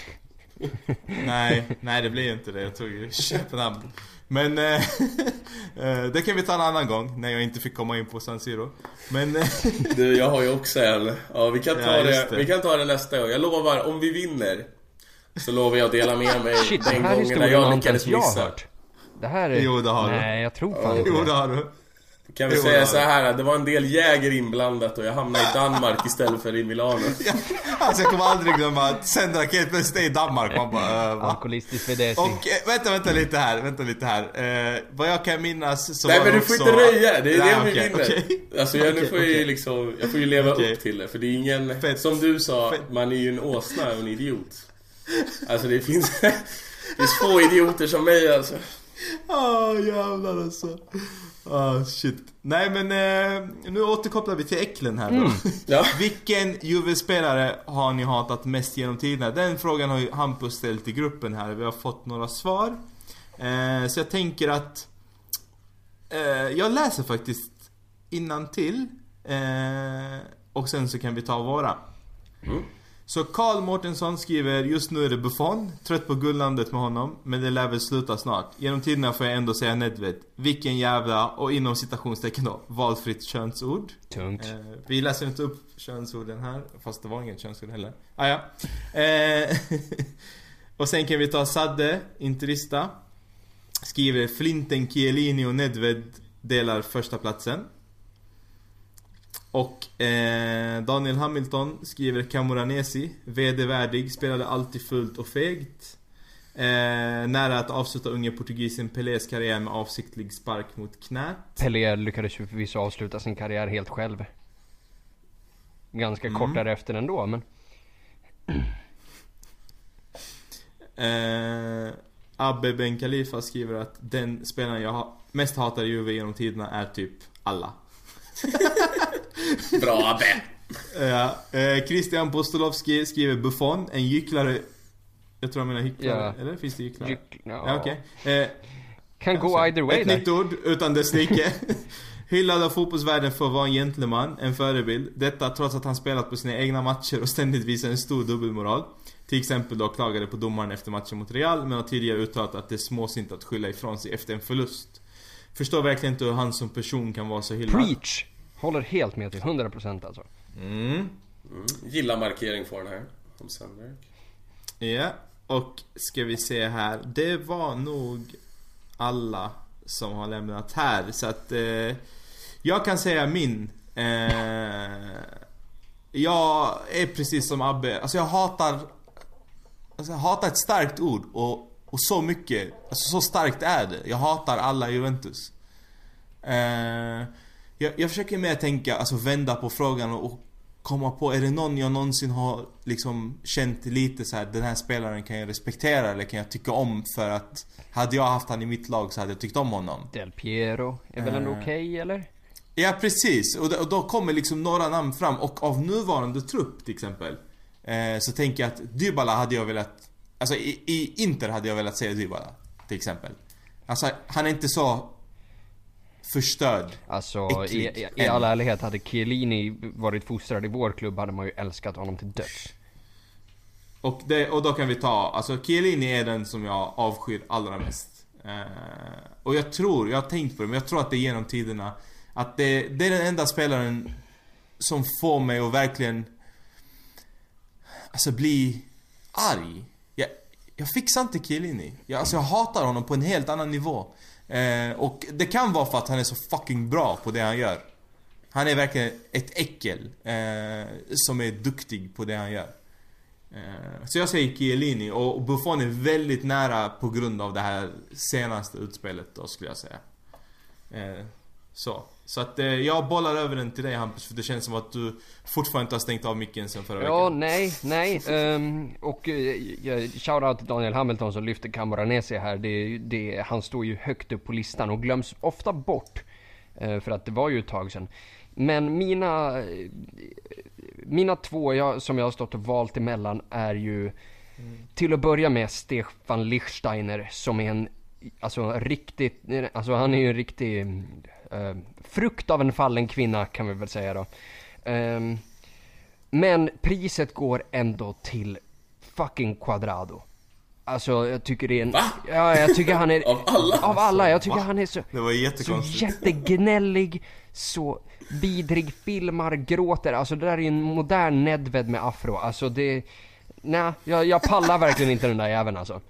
Speaker 1: Nej, det blir inte det. Jag tog ju Köpenhamn. Men det kan vi ta en annan gång när jag inte fick komma in på San Siro. Men
Speaker 3: du, jag har ju också en. Ja, vi kan ta det nästa gång. Jag lovar, om vi vinner så lovar jag att dela med mig.
Speaker 2: Shit,
Speaker 3: den gången när jag lyckades missa.
Speaker 2: Det här är...
Speaker 1: Jo, det har du.
Speaker 2: Nej, jag tror fan inte.
Speaker 1: Jo, det har du.
Speaker 3: Kan vi säga så här, det var en del jäger inblandat och jag hamnade i Danmark istället för i Milano.
Speaker 1: Ja, alltså jag kommer aldrig glömma att sända raket plötsligt i Danmark. Man bara,
Speaker 2: alkoholistisk vedesi.
Speaker 1: Och vänta lite här. Vad jag kan minnas så
Speaker 3: nej,
Speaker 1: var
Speaker 3: men du
Speaker 1: också...
Speaker 3: får inte röja, det är det vi vinner.
Speaker 1: Okay.
Speaker 3: Alltså jag får ju leva upp till det. För det är ingen, som du sa, man är ju en åsna och en idiot. Alltså det finns få idioter som mig alltså.
Speaker 1: Jävlar alltså. Shit. Nej men nu återkopplar vi till äcklen här då.
Speaker 3: Ja.
Speaker 1: Vilken Juve-spelare har ni hatat mest genom tiderna? Den frågan har ju Hampus ställt i gruppen här. Vi har fått några svar. Så jag tänker att jag läser faktiskt innantill. Och sen så kan vi ta våra. Så Carl Mårtensson skriver: just nu är det Buffon, trött på gullandet med honom, men det lär väl sluta snart. Genom tiderna får jag ändå säga Nedved. Vilken jävla, och inom citationstecken då, valfritt könsord.
Speaker 2: Tungt.
Speaker 1: Vi läser inte upp könsorden här, fast det var inget könsord heller. Och sen kan vi ta Sadde, interista. Skriver: Flinten, Chiellini och Nedved delar första platsen. Och Daniel Hamilton skriver: Camoranesi, vd-värdig, spelade alltid fullt och fegt. Nära att avsluta unge portugisen Pelés karriär med avsiktlig spark mot knät.
Speaker 2: Pelé lyckades ju förvisso avsluta sin karriär helt själv. Ganska kort därefter ändå, men...
Speaker 1: Abbe Ben Khalifa skriver att den spelaren jag mest hatar i Juve genom tiderna är typ alla.
Speaker 3: Bra Abbe.
Speaker 1: Ja, Christian Postolowski skriver: Buffon, en gycklare. Jag tror jag menar hycklare, eller? Finns det gycklare? Ja, okej.
Speaker 2: Kan gå either way.
Speaker 1: Ett nytt ord utan dess like. Hyllad av fotbollsvärlden för att vara en gentleman, en förebild. Detta trots att han spelat på sina egna matcher och ständigt visar en stor dubbelmoral. Till exempel då klagade på domaren efter matchen mot Real, men har tidigare uttalat att det är småsint att skylla ifrån sig efter en förlust. Förstår verkligen inte hur han som person kan vara så hyllad.
Speaker 2: Preach! Håller helt med till 100% alltså.
Speaker 3: Gillar markering för den här om Sandberg.
Speaker 1: Ja, och ska vi se här. Det var nog alla som har lämnat här. Så att jag kan säga min Jag är precis som Abbe. Alltså jag hatar ett starkt ord. Och så mycket. Alltså så starkt är det. Jag hatar alla Juventus. Jag försöker mer tänka, alltså vända på frågan och komma på, är det någon jag någonsin har liksom känt lite så här, den här spelaren kan jag respektera eller kan jag tycka om, för att hade jag haft han i mitt lag så hade jag tyckt om honom.
Speaker 2: Del Piero är väl ändå okej, eller?
Speaker 1: Ja, precis. Och då kommer liksom några namn fram. Och av nuvarande trupp till exempel, så tänker jag att Dybala hade jag velat, alltså i Inter hade jag velat säga Dybala till exempel. Alltså han är inte så förstörd.
Speaker 2: Alltså i all ärlighet, hade Chiellini varit fostrad i vår klubb hade man ju älskat honom till döds.
Speaker 1: Och då kan vi ta, alltså Chiellini är den som jag avskyr allra mest. Och jag har tänkt på det, men jag tror att det är genom tiderna att det är den enda spelaren som får mig att verkligen alltså bli arg. Jag fixar inte Chiellini. Jag hatar honom på en helt annan nivå. Och det kan vara för att han är så fucking bra på det han gör. Han är verkligen ett äckel som är duktig på det han gör. Så jag säger Chiellini. Och Buffon är väldigt nära på grund av det här senaste utspelet då, skulle jag säga. Så att jag bollar över den till dig, Hampus, för det känns som att du fortfarande inte har stängt av micken sen förra veckan.
Speaker 2: Ja, nej. Och shoutout till Daniel Hamilton som lyfter Camoranesi här. Han står ju högt upp på listan och glöms ofta bort, för att det var ju ett tag sedan. Men mina två som jag har stått och valt emellan är ju till att börja med Stefan Lichtsteiner, som är han är ju en riktig frukt av en fallen kvinna, kan vi väl säga då. Men priset går ändå till fucking Cuadrado. Alltså jag tycker det är en...
Speaker 3: Va?
Speaker 2: Ja, jag tycker han är... Av alla, jag tycker han är så...
Speaker 1: Det var jättekonstigt.
Speaker 2: Så jättegnällig, så vidrig, filmar, gråter. Alltså det där är en modern Nedved med afro. Alltså det... Nej, jag pallar verkligen inte den där jäveln alltså.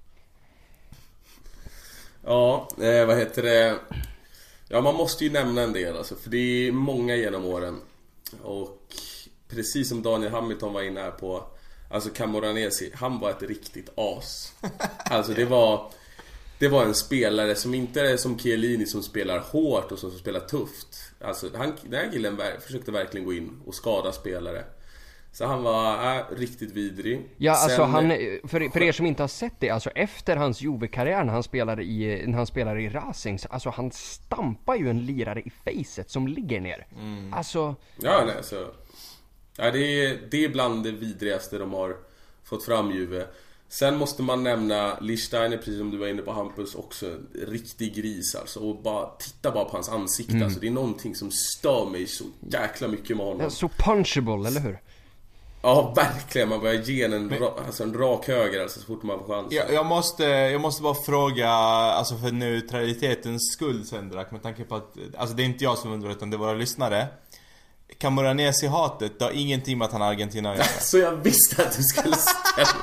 Speaker 3: Ja, vad heter det? Ja, man måste ju nämna en del alltså, för det är många genom åren. Och precis som Daniel Hamilton var inne här på, alltså Camoranesi, han var ett riktigt as. Alltså det var en spelare som inte är som Chiellini, som spelar hårt och som spelar tufft. Alltså den här killen försökte verkligen gå in och skada spelare. Så han var riktigt vidrig.
Speaker 2: Ja, alltså för er som inte har sett det, alltså efter hans Juve-karriär när han spelar i Racing, alltså han stampar ju en lirare i facet som ligger ner. Alltså
Speaker 3: ja, nej, så ja, det är bland det vidrigaste de har fått fram Juve. Sen måste man nämna Lichtsteiner, precis som du var inne på, Hampus, också riktig gris alltså. Och titta bara på hans ansikte, alltså det är någonting som stör mig så jäkla mycket med honom.
Speaker 2: Ja, så punchable, eller hur?
Speaker 3: Ja, verkligen. Man börjar ge en rak höger alltså, så fort man får chansen.
Speaker 1: Jag måste bara fråga, alltså för neutralitetens skull, Sendrak, med tanke på att alltså det är inte jag som undrar utan det är våra lyssnare. Camoranesi-hatet, det har ingenting med att han är argentinare.
Speaker 3: Så jag visste att du skulle ställa.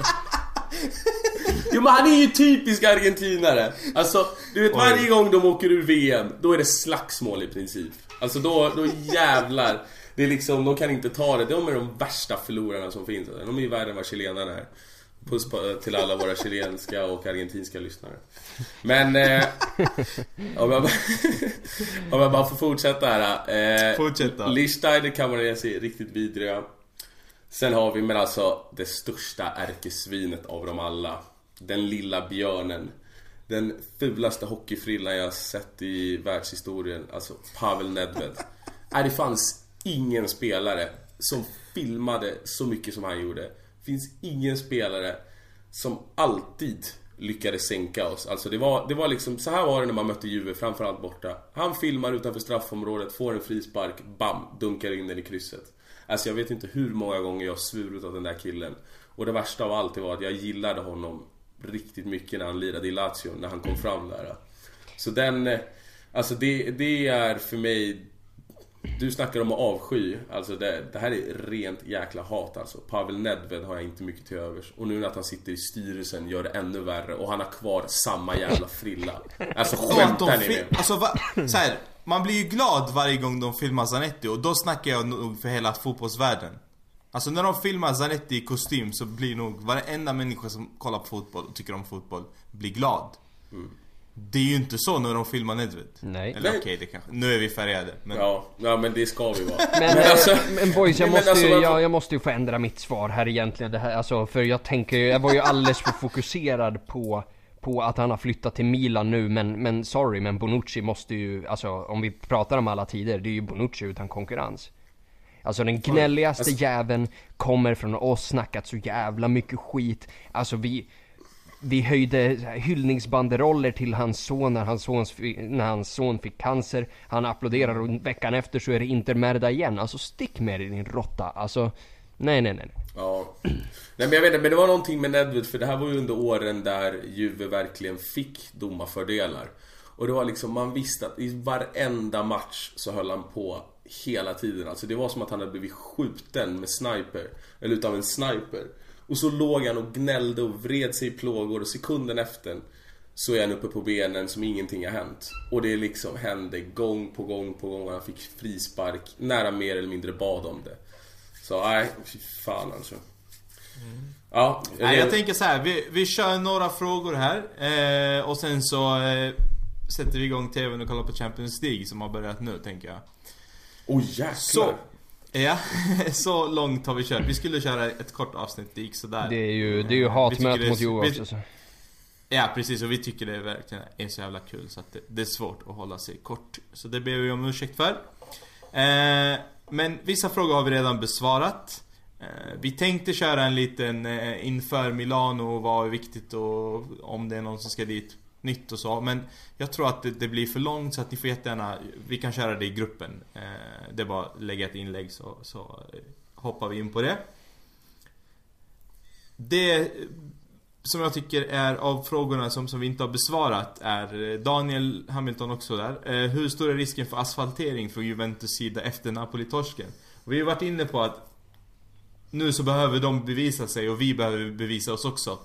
Speaker 3: Jo, men han är ju typisk argentinare. Alltså, du vet, varje gång de åker ur VM, då är det slagsmål i princip. Alltså då jävlar. Det är liksom, de kan inte ta det. De är de värsta förlorarna som finns. De är ju värre än vad chilenarna är. Puss till alla våra chilenska och argentinska lyssnare. Men om jag bara får fortsätta här.
Speaker 1: Fortsätta.
Speaker 3: Lichtsteiner, Camoranesi, riktigt vidriga. Sen har vi men alltså det största ärkesvinet av dem alla. Den lilla björnen. Den fulaste hockeyfrillan jag har sett i världshistorien. Alltså Pavel Nedved. Det fanns ingen spelare som filmade så mycket som han gjorde. Finns ingen spelare som alltid lyckades sänka oss. Alltså det var liksom, så här var det när man mötte Juve, framförallt borta. Han filmar utanför straffområdet, får en frispark, bam, dunkar in den i krysset. Alltså jag vet inte hur många gånger jag svurit av den där killen. Och det värsta av allt var att jag gillade honom riktigt mycket när han lirade i Lazio, när han kom fram där. Så alltså det är för mig. Du snackar om att avsky. Alltså det här är rent jäkla hat alltså. Pavel Nedved har jag inte mycket till övers. Och nu när han sitter i styrelsen gör det ännu värre. Och han har kvar samma jävla frilla. Alltså skämtar ni med?
Speaker 1: Alltså så här, man blir ju glad varje gång de filmar Zanetti. Och då snackar jag nog för hela fotbollsvärlden. Alltså när de filmar Zanetti i kostym så blir nog varenda människa som kollar på fotboll och tycker om fotboll blir glad. Det är ju inte så när de filmar Nedved.
Speaker 2: Nej.
Speaker 1: Eller okej, det kanske. Nu är vi färgade. Men...
Speaker 3: Ja, men det ska vi vara.
Speaker 2: Men boys, jag måste ju få ändra mitt svar här egentligen. Det här, alltså, för jag var ju alldeles för fokuserad på att han har flyttat till Milan nu. Men sorry, men Bonucci måste ju, alltså om vi pratar om alla tider, det är ju Bonucci utan konkurrens. Alltså den gnälligaste jäveln kommer från oss, snackat så jävla mycket skit. Alltså vi höjde hyllningsbanderoller till hans son när hans son fick cancer. Han applåderar och veckan efter så är det Inter Merda igen. Alltså stick med dig din råtta. Alltså nej.
Speaker 3: Ja. Nej, men jag vet inte, men det var någonting med Nedved, för det här var ju under åren där Juve verkligen fick domarfördelar. Och det var liksom, man visste att i varenda match så höll han på hela tiden. Alltså det var som att han hade blivit skjuten med sniper, eller utav en sniper. Och så låg han och gnällde och vred sig i plågor, och sekunden efter så är han uppe på benen som ingenting har hänt. Och det liksom hände gång på gång och han fick frispark nära mer eller mindre bad om det. Så nej, fy fan alltså. Ja,
Speaker 1: jag tänker så här, vi kör några frågor här och sen så sätter vi igång tvn och kollar på Champions League som har börjat nu, tänker jag.
Speaker 3: Jäklar.
Speaker 1: Så, ja, så långt har vi kört. Vi skulle köra ett kort avsnitt, det gick sådär.
Speaker 2: Det är ju hatmöte mot Juve också så.
Speaker 1: Ja, precis, och vi tycker det verkligen är så jävla kul så att det är svårt att hålla sig kort. Så det ber vi om ursäkt för. Men vissa frågor har vi redan besvarat. Vi tänkte köra en liten inför Milano, vad är viktigt och om det är någon som ska dit nytt och så. Men jag tror att det blir för långt, så att ni får jättegärna, vi kan köra det i gruppen. Det är bara att lägga ett inlägg så hoppar vi in på det. Det som jag tycker är av frågorna som vi inte har besvarat är Daniel Hamilton också där. Hur stor är risken för asfaltering från Juventus sida efter Napoli-torsken? Och vi har varit inne på att nu så behöver de bevisa sig och vi behöver bevisa oss också.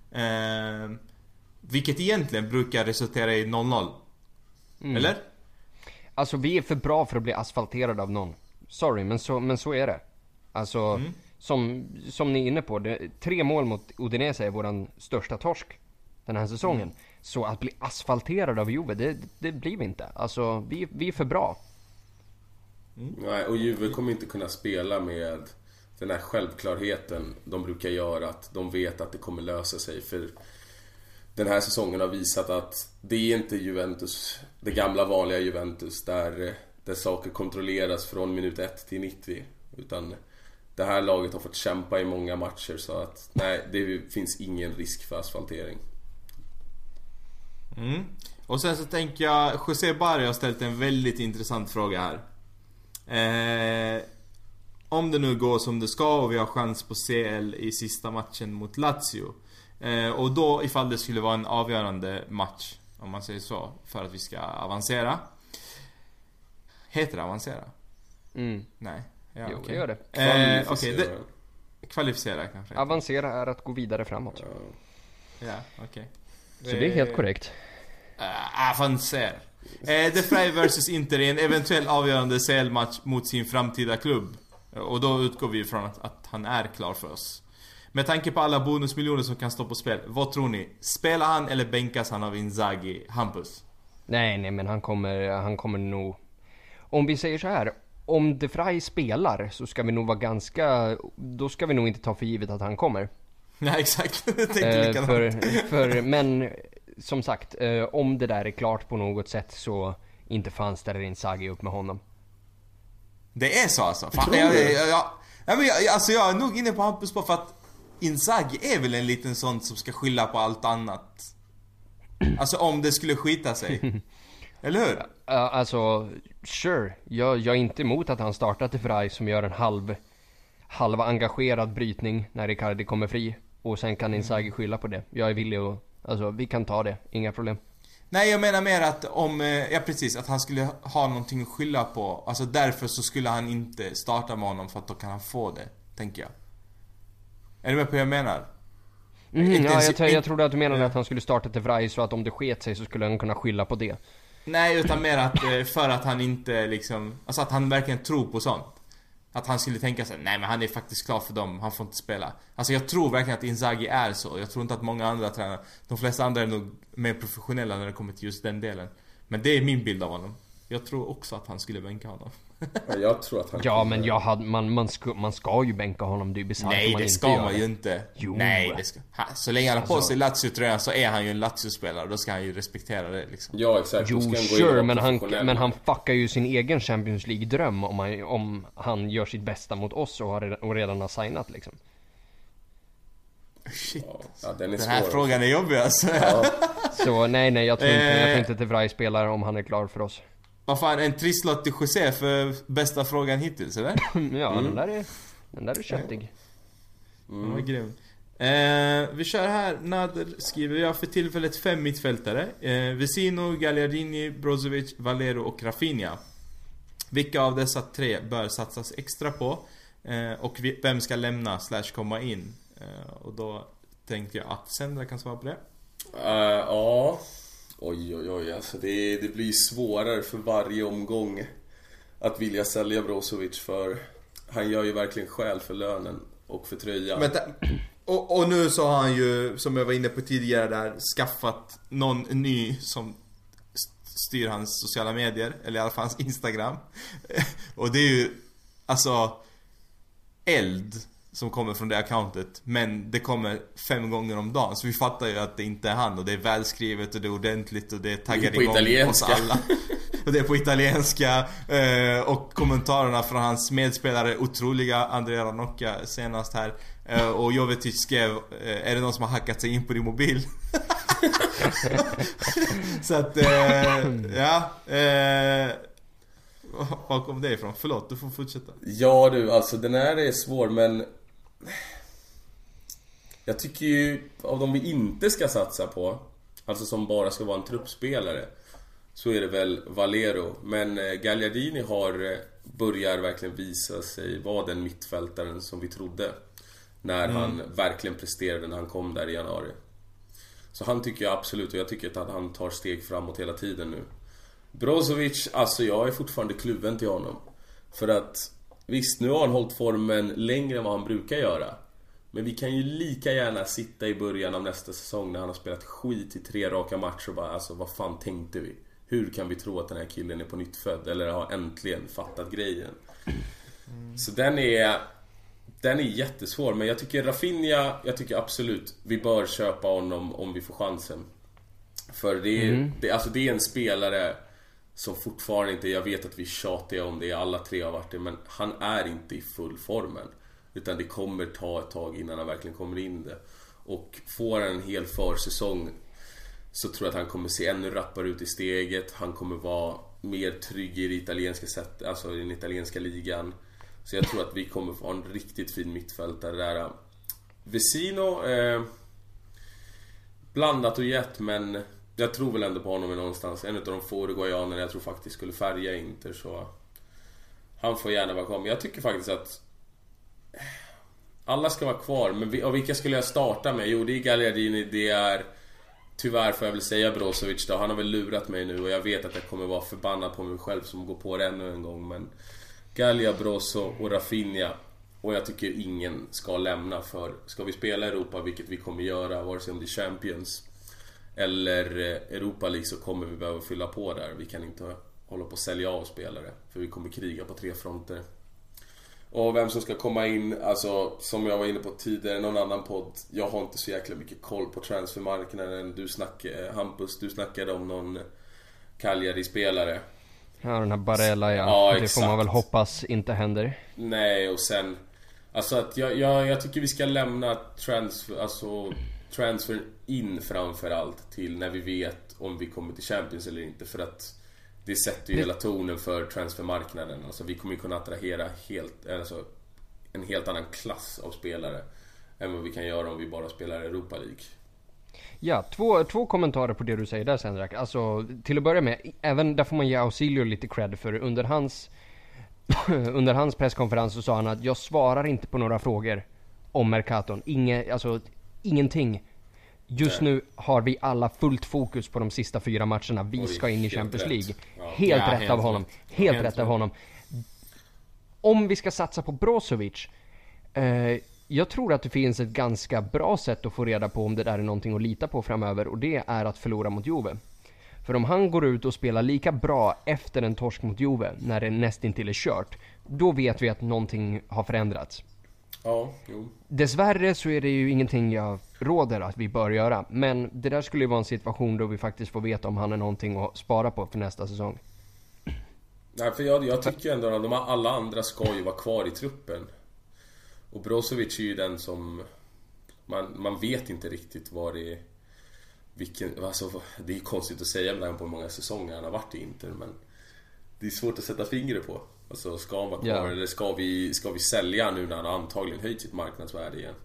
Speaker 1: Vilket egentligen brukar resultera i 0-0. Eller?
Speaker 2: Alltså vi är för bra för att bli asfalterade av någon. Sorry, men så är det. Alltså som ni är inne på, 3 mål mot Udinese är våran största torsk den här säsongen. Så att bli asfalterad av Juve, det blir vi inte. Alltså vi är för bra.
Speaker 3: Nej, och Juve kommer inte kunna spela med den här självklarheten de brukar göra, att de vet att det kommer lösa sig. För den här säsongen har visat att det är inte Juventus, det gamla vanliga Juventus där saker kontrolleras från minut 1 till 90, utan det här laget har fått kämpa i många matcher, så att nej, det finns ingen risk för asfaltering.
Speaker 1: Och sen så tänker jag, José Barry har ställt en väldigt intressant fråga här. Om det nu går som det ska och vi har chans på CL i sista matchen mot Lazio, och då ifall det skulle vara en avgörande match, om man säger så, för att vi ska avancera. Heter det avancera? Nej. Ja,
Speaker 2: Jo,
Speaker 1: okay.
Speaker 2: det gör det.
Speaker 1: Okej, kvalificera kanske.
Speaker 2: Avancera är att gå vidare framåt.
Speaker 1: Ja, okej.
Speaker 2: Så det är helt korrekt.
Speaker 1: Avancera. The Fry vs Inter är en eventuell avgörande CL-match mot sin framtida klubb. Och då utgår vi från att han är klar för oss. Med tanke på alla bonusmiljoner som kan stå på spel, vad tror ni? Spelar han eller bänkas han av Inzaghi? Hampus?
Speaker 2: Nej, men han kommer nog... Om vi säger så här, om De Vrij spelar så ska vi nog vara ganska... Då ska vi nog inte ta för givet att han kommer.
Speaker 1: Ja, exakt.
Speaker 2: Men som sagt, om det där är klart på något sätt så inte fanns där Inzaghi upp med honom.
Speaker 1: Det är så alltså. Fan, jag är nog inne på Hampus på, för att Inzaghi är väl en liten sån som ska skylla på allt annat. Alltså om det skulle skita sig. Eller hur?
Speaker 2: Alltså, sure. Jag är inte emot att han startar till Vrij som gör en halva engagerad brytning när Icardi kommer fri. Och sen kan Inzaghi skylla på det. Jag är villig att... Alltså, vi kan ta det. Inga problem.
Speaker 1: Nej, jag menar mer att om... Ja, precis. Att han skulle ha någonting att skylla på. Alltså därför så skulle han inte starta med honom, för att då kan han få det, tänker jag. Är du med på vad jag menar?
Speaker 2: Jag trodde att du menade att han skulle starta till Vrij så att om det sket sig så skulle han kunna skylla på det.
Speaker 1: Nej, utan mer att för att han inte liksom, alltså att han verkligen tror på sånt. Att han skulle tänka sig, nej men han är faktiskt klar för dem, han får inte spela. Alltså jag tror verkligen att Inzaghi är så. Jag tror inte att många andra tränare, de flesta andra är nog mer professionella när det kommer till just den delen. Men det är min bild av honom. Jag tror också att han skulle bänka honom.
Speaker 3: Jag tror att han...
Speaker 2: Ja, men man ska ju bänka honom. Det är bisarrt.
Speaker 1: Nej, det ska man ju inte.
Speaker 2: Jo.
Speaker 1: Nej, det ska... Så länge han har på sig Lazio-tröjan så är han ju en Lazio-spelare. Då ska han ju respektera det liksom.
Speaker 3: Ja, exakt.
Speaker 2: Jo, sure, men han fuckar ju sin egen Champions League-dröm om han gör sitt bästa mot oss och redan har signat liksom.
Speaker 1: Shit.
Speaker 3: Ja, den
Speaker 1: här
Speaker 3: svår.
Speaker 1: frågan är jobbig alltså.
Speaker 3: Ja.
Speaker 2: Så nej, jag tror inte till Vrij spelar om han är klar för oss.
Speaker 1: Vad fan, en trisslott till José för bästa frågan hittills, eller?
Speaker 2: Ja, den där är köttig.
Speaker 1: Ja, grym. Vi kör här. Nader skriver: jag har för tillfället 5 mittfältare. Vecino, Gagliardini, Brozovic, Valero och Rafinha. Vilka av dessa 3 bör satsas extra på? Och vem ska lämna / komma in? Och då tänkte jag att Sendra kan svara på det.
Speaker 3: Ja. Oj, alltså det blir svårare för varje omgång att vilja sälja Brozovic, för han gör ju verkligen skäl för lönen och för tröjan.
Speaker 1: Och nu så har han ju, som jag var inne på tidigare där, skaffat någon ny som styr hans sociala medier, eller i alla fall hans Instagram. Och det är ju alltså eld som kommer från det accountet, men det kommer 5 gånger om dagen. Så vi fattar ju att det inte är han. Och det är välskrivet och det är ordentligt och det taggar igång oss alla. Och det är på italienska. Och kommentarerna från hans medspelare otroliga. Andrea Ranocchia senast här. Och Jovetic skrev: är det någon som har hackat sig in på din mobil? Så att ja. Var kom det ifrån? Förlåt, du får fortsätta.
Speaker 3: Ja du, alltså den här är svår, men jag tycker ju av de vi inte ska satsa på, alltså som bara ska vara en truppspelare, så är det väl Valero. Men Gagliardini börjar verkligen visa sig vara den mittfältaren som vi trodde när han verkligen presterade när han kom där i januari. Så han tycker jag absolut, och jag tycker att han tar steg framåt hela tiden nu. Brozovic, alltså jag är fortfarande kluven till honom. För att visst, nu har han hållit formen längre än vad han brukar göra. Men vi kan ju lika gärna sitta i början av nästa säsong när han har spelat skit i 3 raka matcher och bara, alltså vad fan tänkte vi? Hur kan vi tro att den här killen är på nytt född? Eller har äntligen fattat grejen? Så den är jättesvår. Men jag tycker Rafinha, jag tycker absolut vi bör köpa honom om vi får chansen. För det är en spelare som fortfarande inte, jag vet att vi tjatar om det, alla 3 har varit det, men han är inte i full formen. Utan det kommer ta ett tag innan han verkligen kommer in det. Och får en hel försäsong så tror jag att han kommer se ännu rappare ut i steget. Han kommer vara mer trygg i det italienska sättet, alltså i den italienska ligan. Så jag tror att vi kommer få en riktigt fin mittfältare där. Vecino blandat och gett, men jag tror väl ändå på honom någonstans. En av de få uruguayanerna jag tror faktiskt skulle färga Inter, så han får gärna vara kvar. Men jag tycker faktiskt att alla ska vara kvar. Men vilka skulle jag starta med? Jo, det är Gagliardini, det är, tyvärr får jag väl säga, Brozovic då. Han har väl lurat mig nu och jag vet att jag kommer vara förbannad på mig själv som går på det ännu en gång. Men Gallia, Brozo och Rafinha. Och jag tycker ingen ska lämna, för ska vi spela Europa, vilket vi kommer göra, vare sig om det är Champions eller Europa League, så kommer vi behöva fylla på där. Vi kan inte hålla på att sälja av spelare, för vi kommer kriga på 3 fronter. Och vem som ska komma in, alltså som jag var inne på tidigare, någon annan podd, jag har inte så jäkla mycket koll på transfermarknaden. Hampus, du snackade om någon Cagliari-spelare.
Speaker 2: Ja, den här Barella,
Speaker 3: ja
Speaker 2: det
Speaker 3: exakt.
Speaker 2: får man väl hoppas inte händer.
Speaker 3: Nej, och sen alltså att jag tycker vi ska lämna transfer in framförallt till när vi vet om vi kommer till Champions eller inte, för att det sätter ju hela tonen för transfermarknaden. Alltså vi kommer ju kunna attrahera en helt annan klass av spelare än vad vi kan göra om vi bara spelar Europa League.
Speaker 2: Ja, två kommentarer på det du säger där, Sendrak. Alltså, till att börja med, även där får man ge Ausilio lite cred, för under hans presskonferens så sa han att jag svarar inte på några frågor om Mercaton. Ingenting. Just nu har vi alla fullt fokus på de sista 4 matcherna. Vi ska in i Champions League. Helt rätt av honom. Helt rätt av honom. Om vi ska satsa på Brozovic, jag tror att det finns ett ganska bra sätt att få reda på om det där är någonting att lita på framöver, och det är att förlora mot Juve. För om han går ut och spelar lika bra efter en torsk mot Juve, när det nästintill är kört, då vet vi att någonting har förändrats.
Speaker 3: Ja, jo.
Speaker 2: Dessvärre så är det ju ingenting jag råder att vi bör göra, men det där skulle ju vara en situation då vi faktiskt får veta om han är någonting att spara på för nästa säsong.
Speaker 3: Nej, för jag tycker ändå att alla andra ska ju vara kvar i truppen. Och Brozovic är ju den som man vet inte riktigt vad det är, alltså, det är ju konstigt att säga med på hur många säsonger han har varit i Inter, men det är svårt att sätta fingret på. Alltså, ska han vara kvar eller ska vi sälja nu när han har antagligen höjt sitt marknadsvärde igen?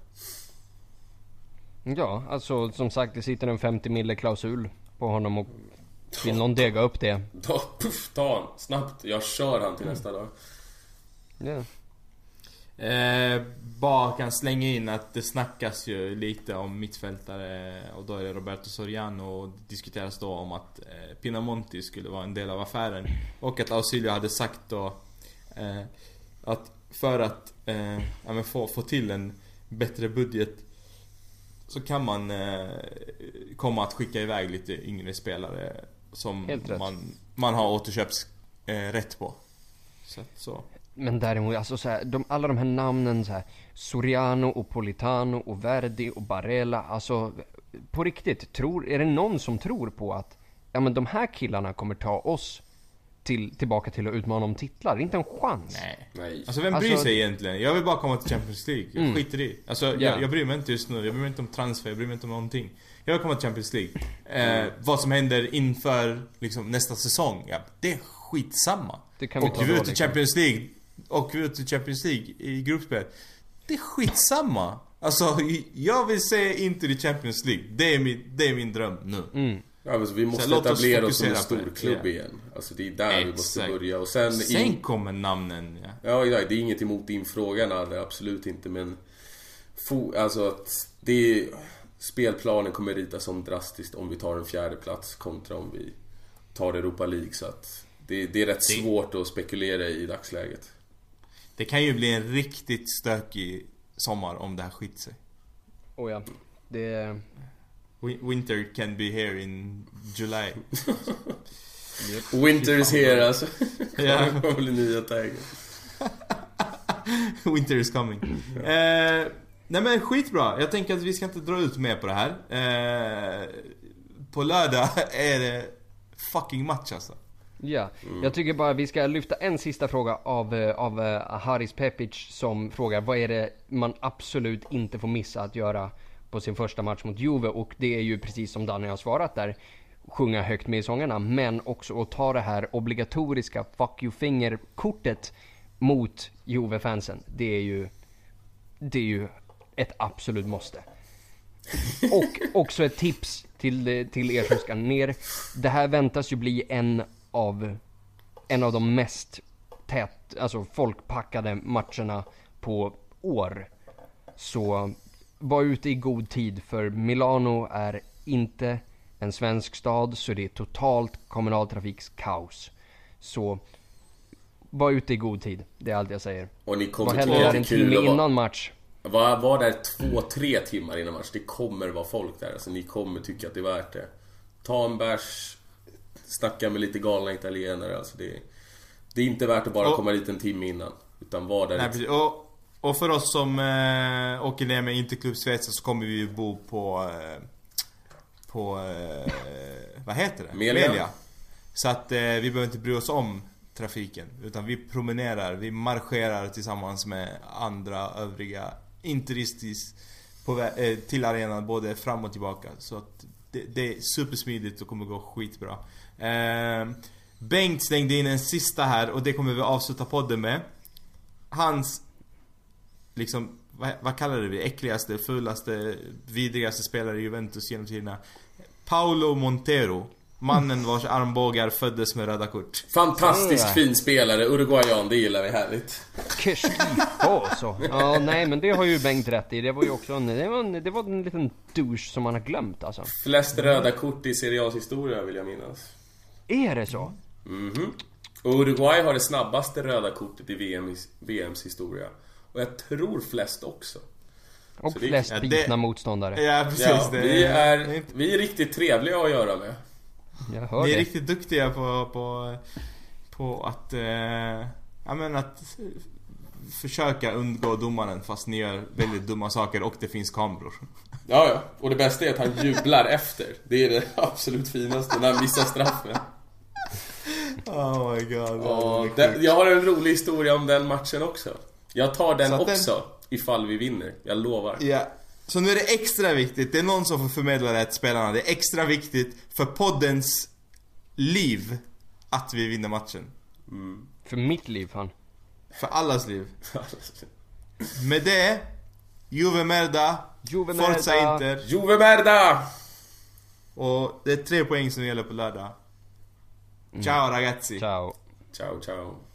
Speaker 2: Ja, alltså som sagt, det sitter en 50 mille klausul på honom, och vill någon dega upp det.
Speaker 3: Då, ta han snabbt. Jag kör han till nästa dag.
Speaker 2: Ja.
Speaker 1: Bara kan slänga in att det snackas ju lite om mittfältare, och då är det Roberto Soriano, och det diskuteras då om att Pinamonti skulle vara en del av affären, och att Ausilio hade sagt då att för att få till en bättre budget så kan man komma att skicka iväg lite yngre spelare som man har återköps rätt på. Så.
Speaker 2: Men däremot, alltså så här, alla de här namnen så här, Soriano och Politano och Verdi och Barella, alltså på riktigt, är det någon som tror på att men de här killarna kommer ta oss tillbaka till att utmana om titlar? Inte en chans.
Speaker 1: Nej. Alltså vem bryr sig egentligen? Jag vill bara komma till Champions League. Jag skiter i. Alltså jag bryr mig inte just nu. Jag bryr mig inte om transfer. Jag bryr mig inte om någonting. Jag vill komma till Champions League. Vad som händer inför liksom, nästa säsong, det är skitsamma. Och vi ut till Champions League. Och vi ut till Champions League i gruppspel. Det är skitsamma. Alltså jag vill se inte i Champions League. Det är min dröm nu.
Speaker 3: Ja, alltså, vi måste etablera oss som en stor klubb igen. Alltså det är där vi måste börja. Och sen
Speaker 1: kommer namnen.
Speaker 3: Ja, det är inget emot din fråga, det absolut inte. Men alltså att spelplanen kommer ritas om drastiskt om vi tar en 4:e plats kontra om vi tar Europa League. Så att det är rätt svårt att spekulera i dagsläget.
Speaker 1: Det kan ju bli en riktigt stökig sommar om det här skiter sig.
Speaker 2: Ja, det...
Speaker 1: Winter can be here in July.
Speaker 3: Winter is here, alltså. Ja. Det blir nya taggar.
Speaker 1: Winter is coming. Nej men skitbra. Jag tänker att vi ska inte dra ut mer på det här. På lördag är det fucking match alltså.
Speaker 2: Ja, jag tycker bara vi ska lyfta en sista fråga av Haris Pepic, som frågar vad är det man absolut inte får missa att göra på sin första match mot Juve. Och det är ju precis som Danny har svarat där, sjunga högt med i sångerna, men också att ta det här obligatoriska fuck you finger-kortet mot Juve-fansen. Det är ju ett absolut måste. Och också ett tips till er som ska ner. Det här väntas ju bli en av de mest folkpackade matcherna på år. Så var ute i god tid, för Milano är inte en svensk stad, så det är totalt kommunaltrafikskaos. Så var ute i god tid, det är allt jag säger.
Speaker 3: Och ni kommer
Speaker 2: var hellre en timme innan match.
Speaker 3: Var där 2-3 timmar innan match. Det kommer vara folk där, alltså ni kommer tycka att det är värt det. Ta en bärs, snacka med lite galna italienare, alltså det är inte värt att bara komma dit en timme innan, utan var där.
Speaker 1: Nej, och för oss som åker ner med Interklubb Schweiz, så kommer vi ju bo på vad heter det? Melia. Så att vi behöver inte bry oss om trafiken, utan vi promenerar, vi marscherar tillsammans med andra övriga interistis till arenan, både fram och tillbaka. Så att det är supersmidigt och kommer gå skitbra. Bengt slängde in en sista här, och det kommer vi avsluta podden med. Hans liksom, vad kallar det vi? Äckligaste, fulaste, vidrigaste spelare i Juventus genom tiderna, Paulo Montero. Mannen vars armbågar föddes med röda kort.
Speaker 3: Fantastiskt fin spelare, uruguayan, det gillar vi härligt.
Speaker 2: Så. Ja, nej, men det har ju Bengt rätt i. Det var ju också det var en liten douche som man har glömt alltså.
Speaker 3: Flest röda kort i Serie A's historia vill jag minnas.
Speaker 2: Är det så?
Speaker 3: Och Uruguay har det snabbaste röda kortet i VMs historia. Och jag tror flest också.
Speaker 2: Och flest bitna motståndare.
Speaker 1: Ja, precis.
Speaker 3: Ja, vi är riktigt trevliga att göra med.
Speaker 2: Jag hör
Speaker 1: Ni är
Speaker 2: det.
Speaker 1: riktigt duktiga på att att försöka undgå domaren fast ni gör väldigt dumma saker och det finns kameror.
Speaker 3: Ja, och det bästa är att han jublar efter. Det är det absolut finaste när han missar straffen.
Speaker 1: Oh my god.
Speaker 3: Jag har en rolig historia om den matchen också. Jag tar den också ifall vi vinner, jag lovar.
Speaker 1: Ja. Så nu är det extra viktigt. Det är någon som får förmedla rätt spelarna. Det är extra viktigt för poddens liv att vi vinner matchen.
Speaker 2: För mitt liv, fan.
Speaker 1: För allas liv. Med det, Juve merda, Forza Inter.
Speaker 3: Juve merda!
Speaker 1: Och det är 3 poäng som gäller på lördag. Ciao ragazzi.
Speaker 2: Ciao.
Speaker 3: Ciao, ciao.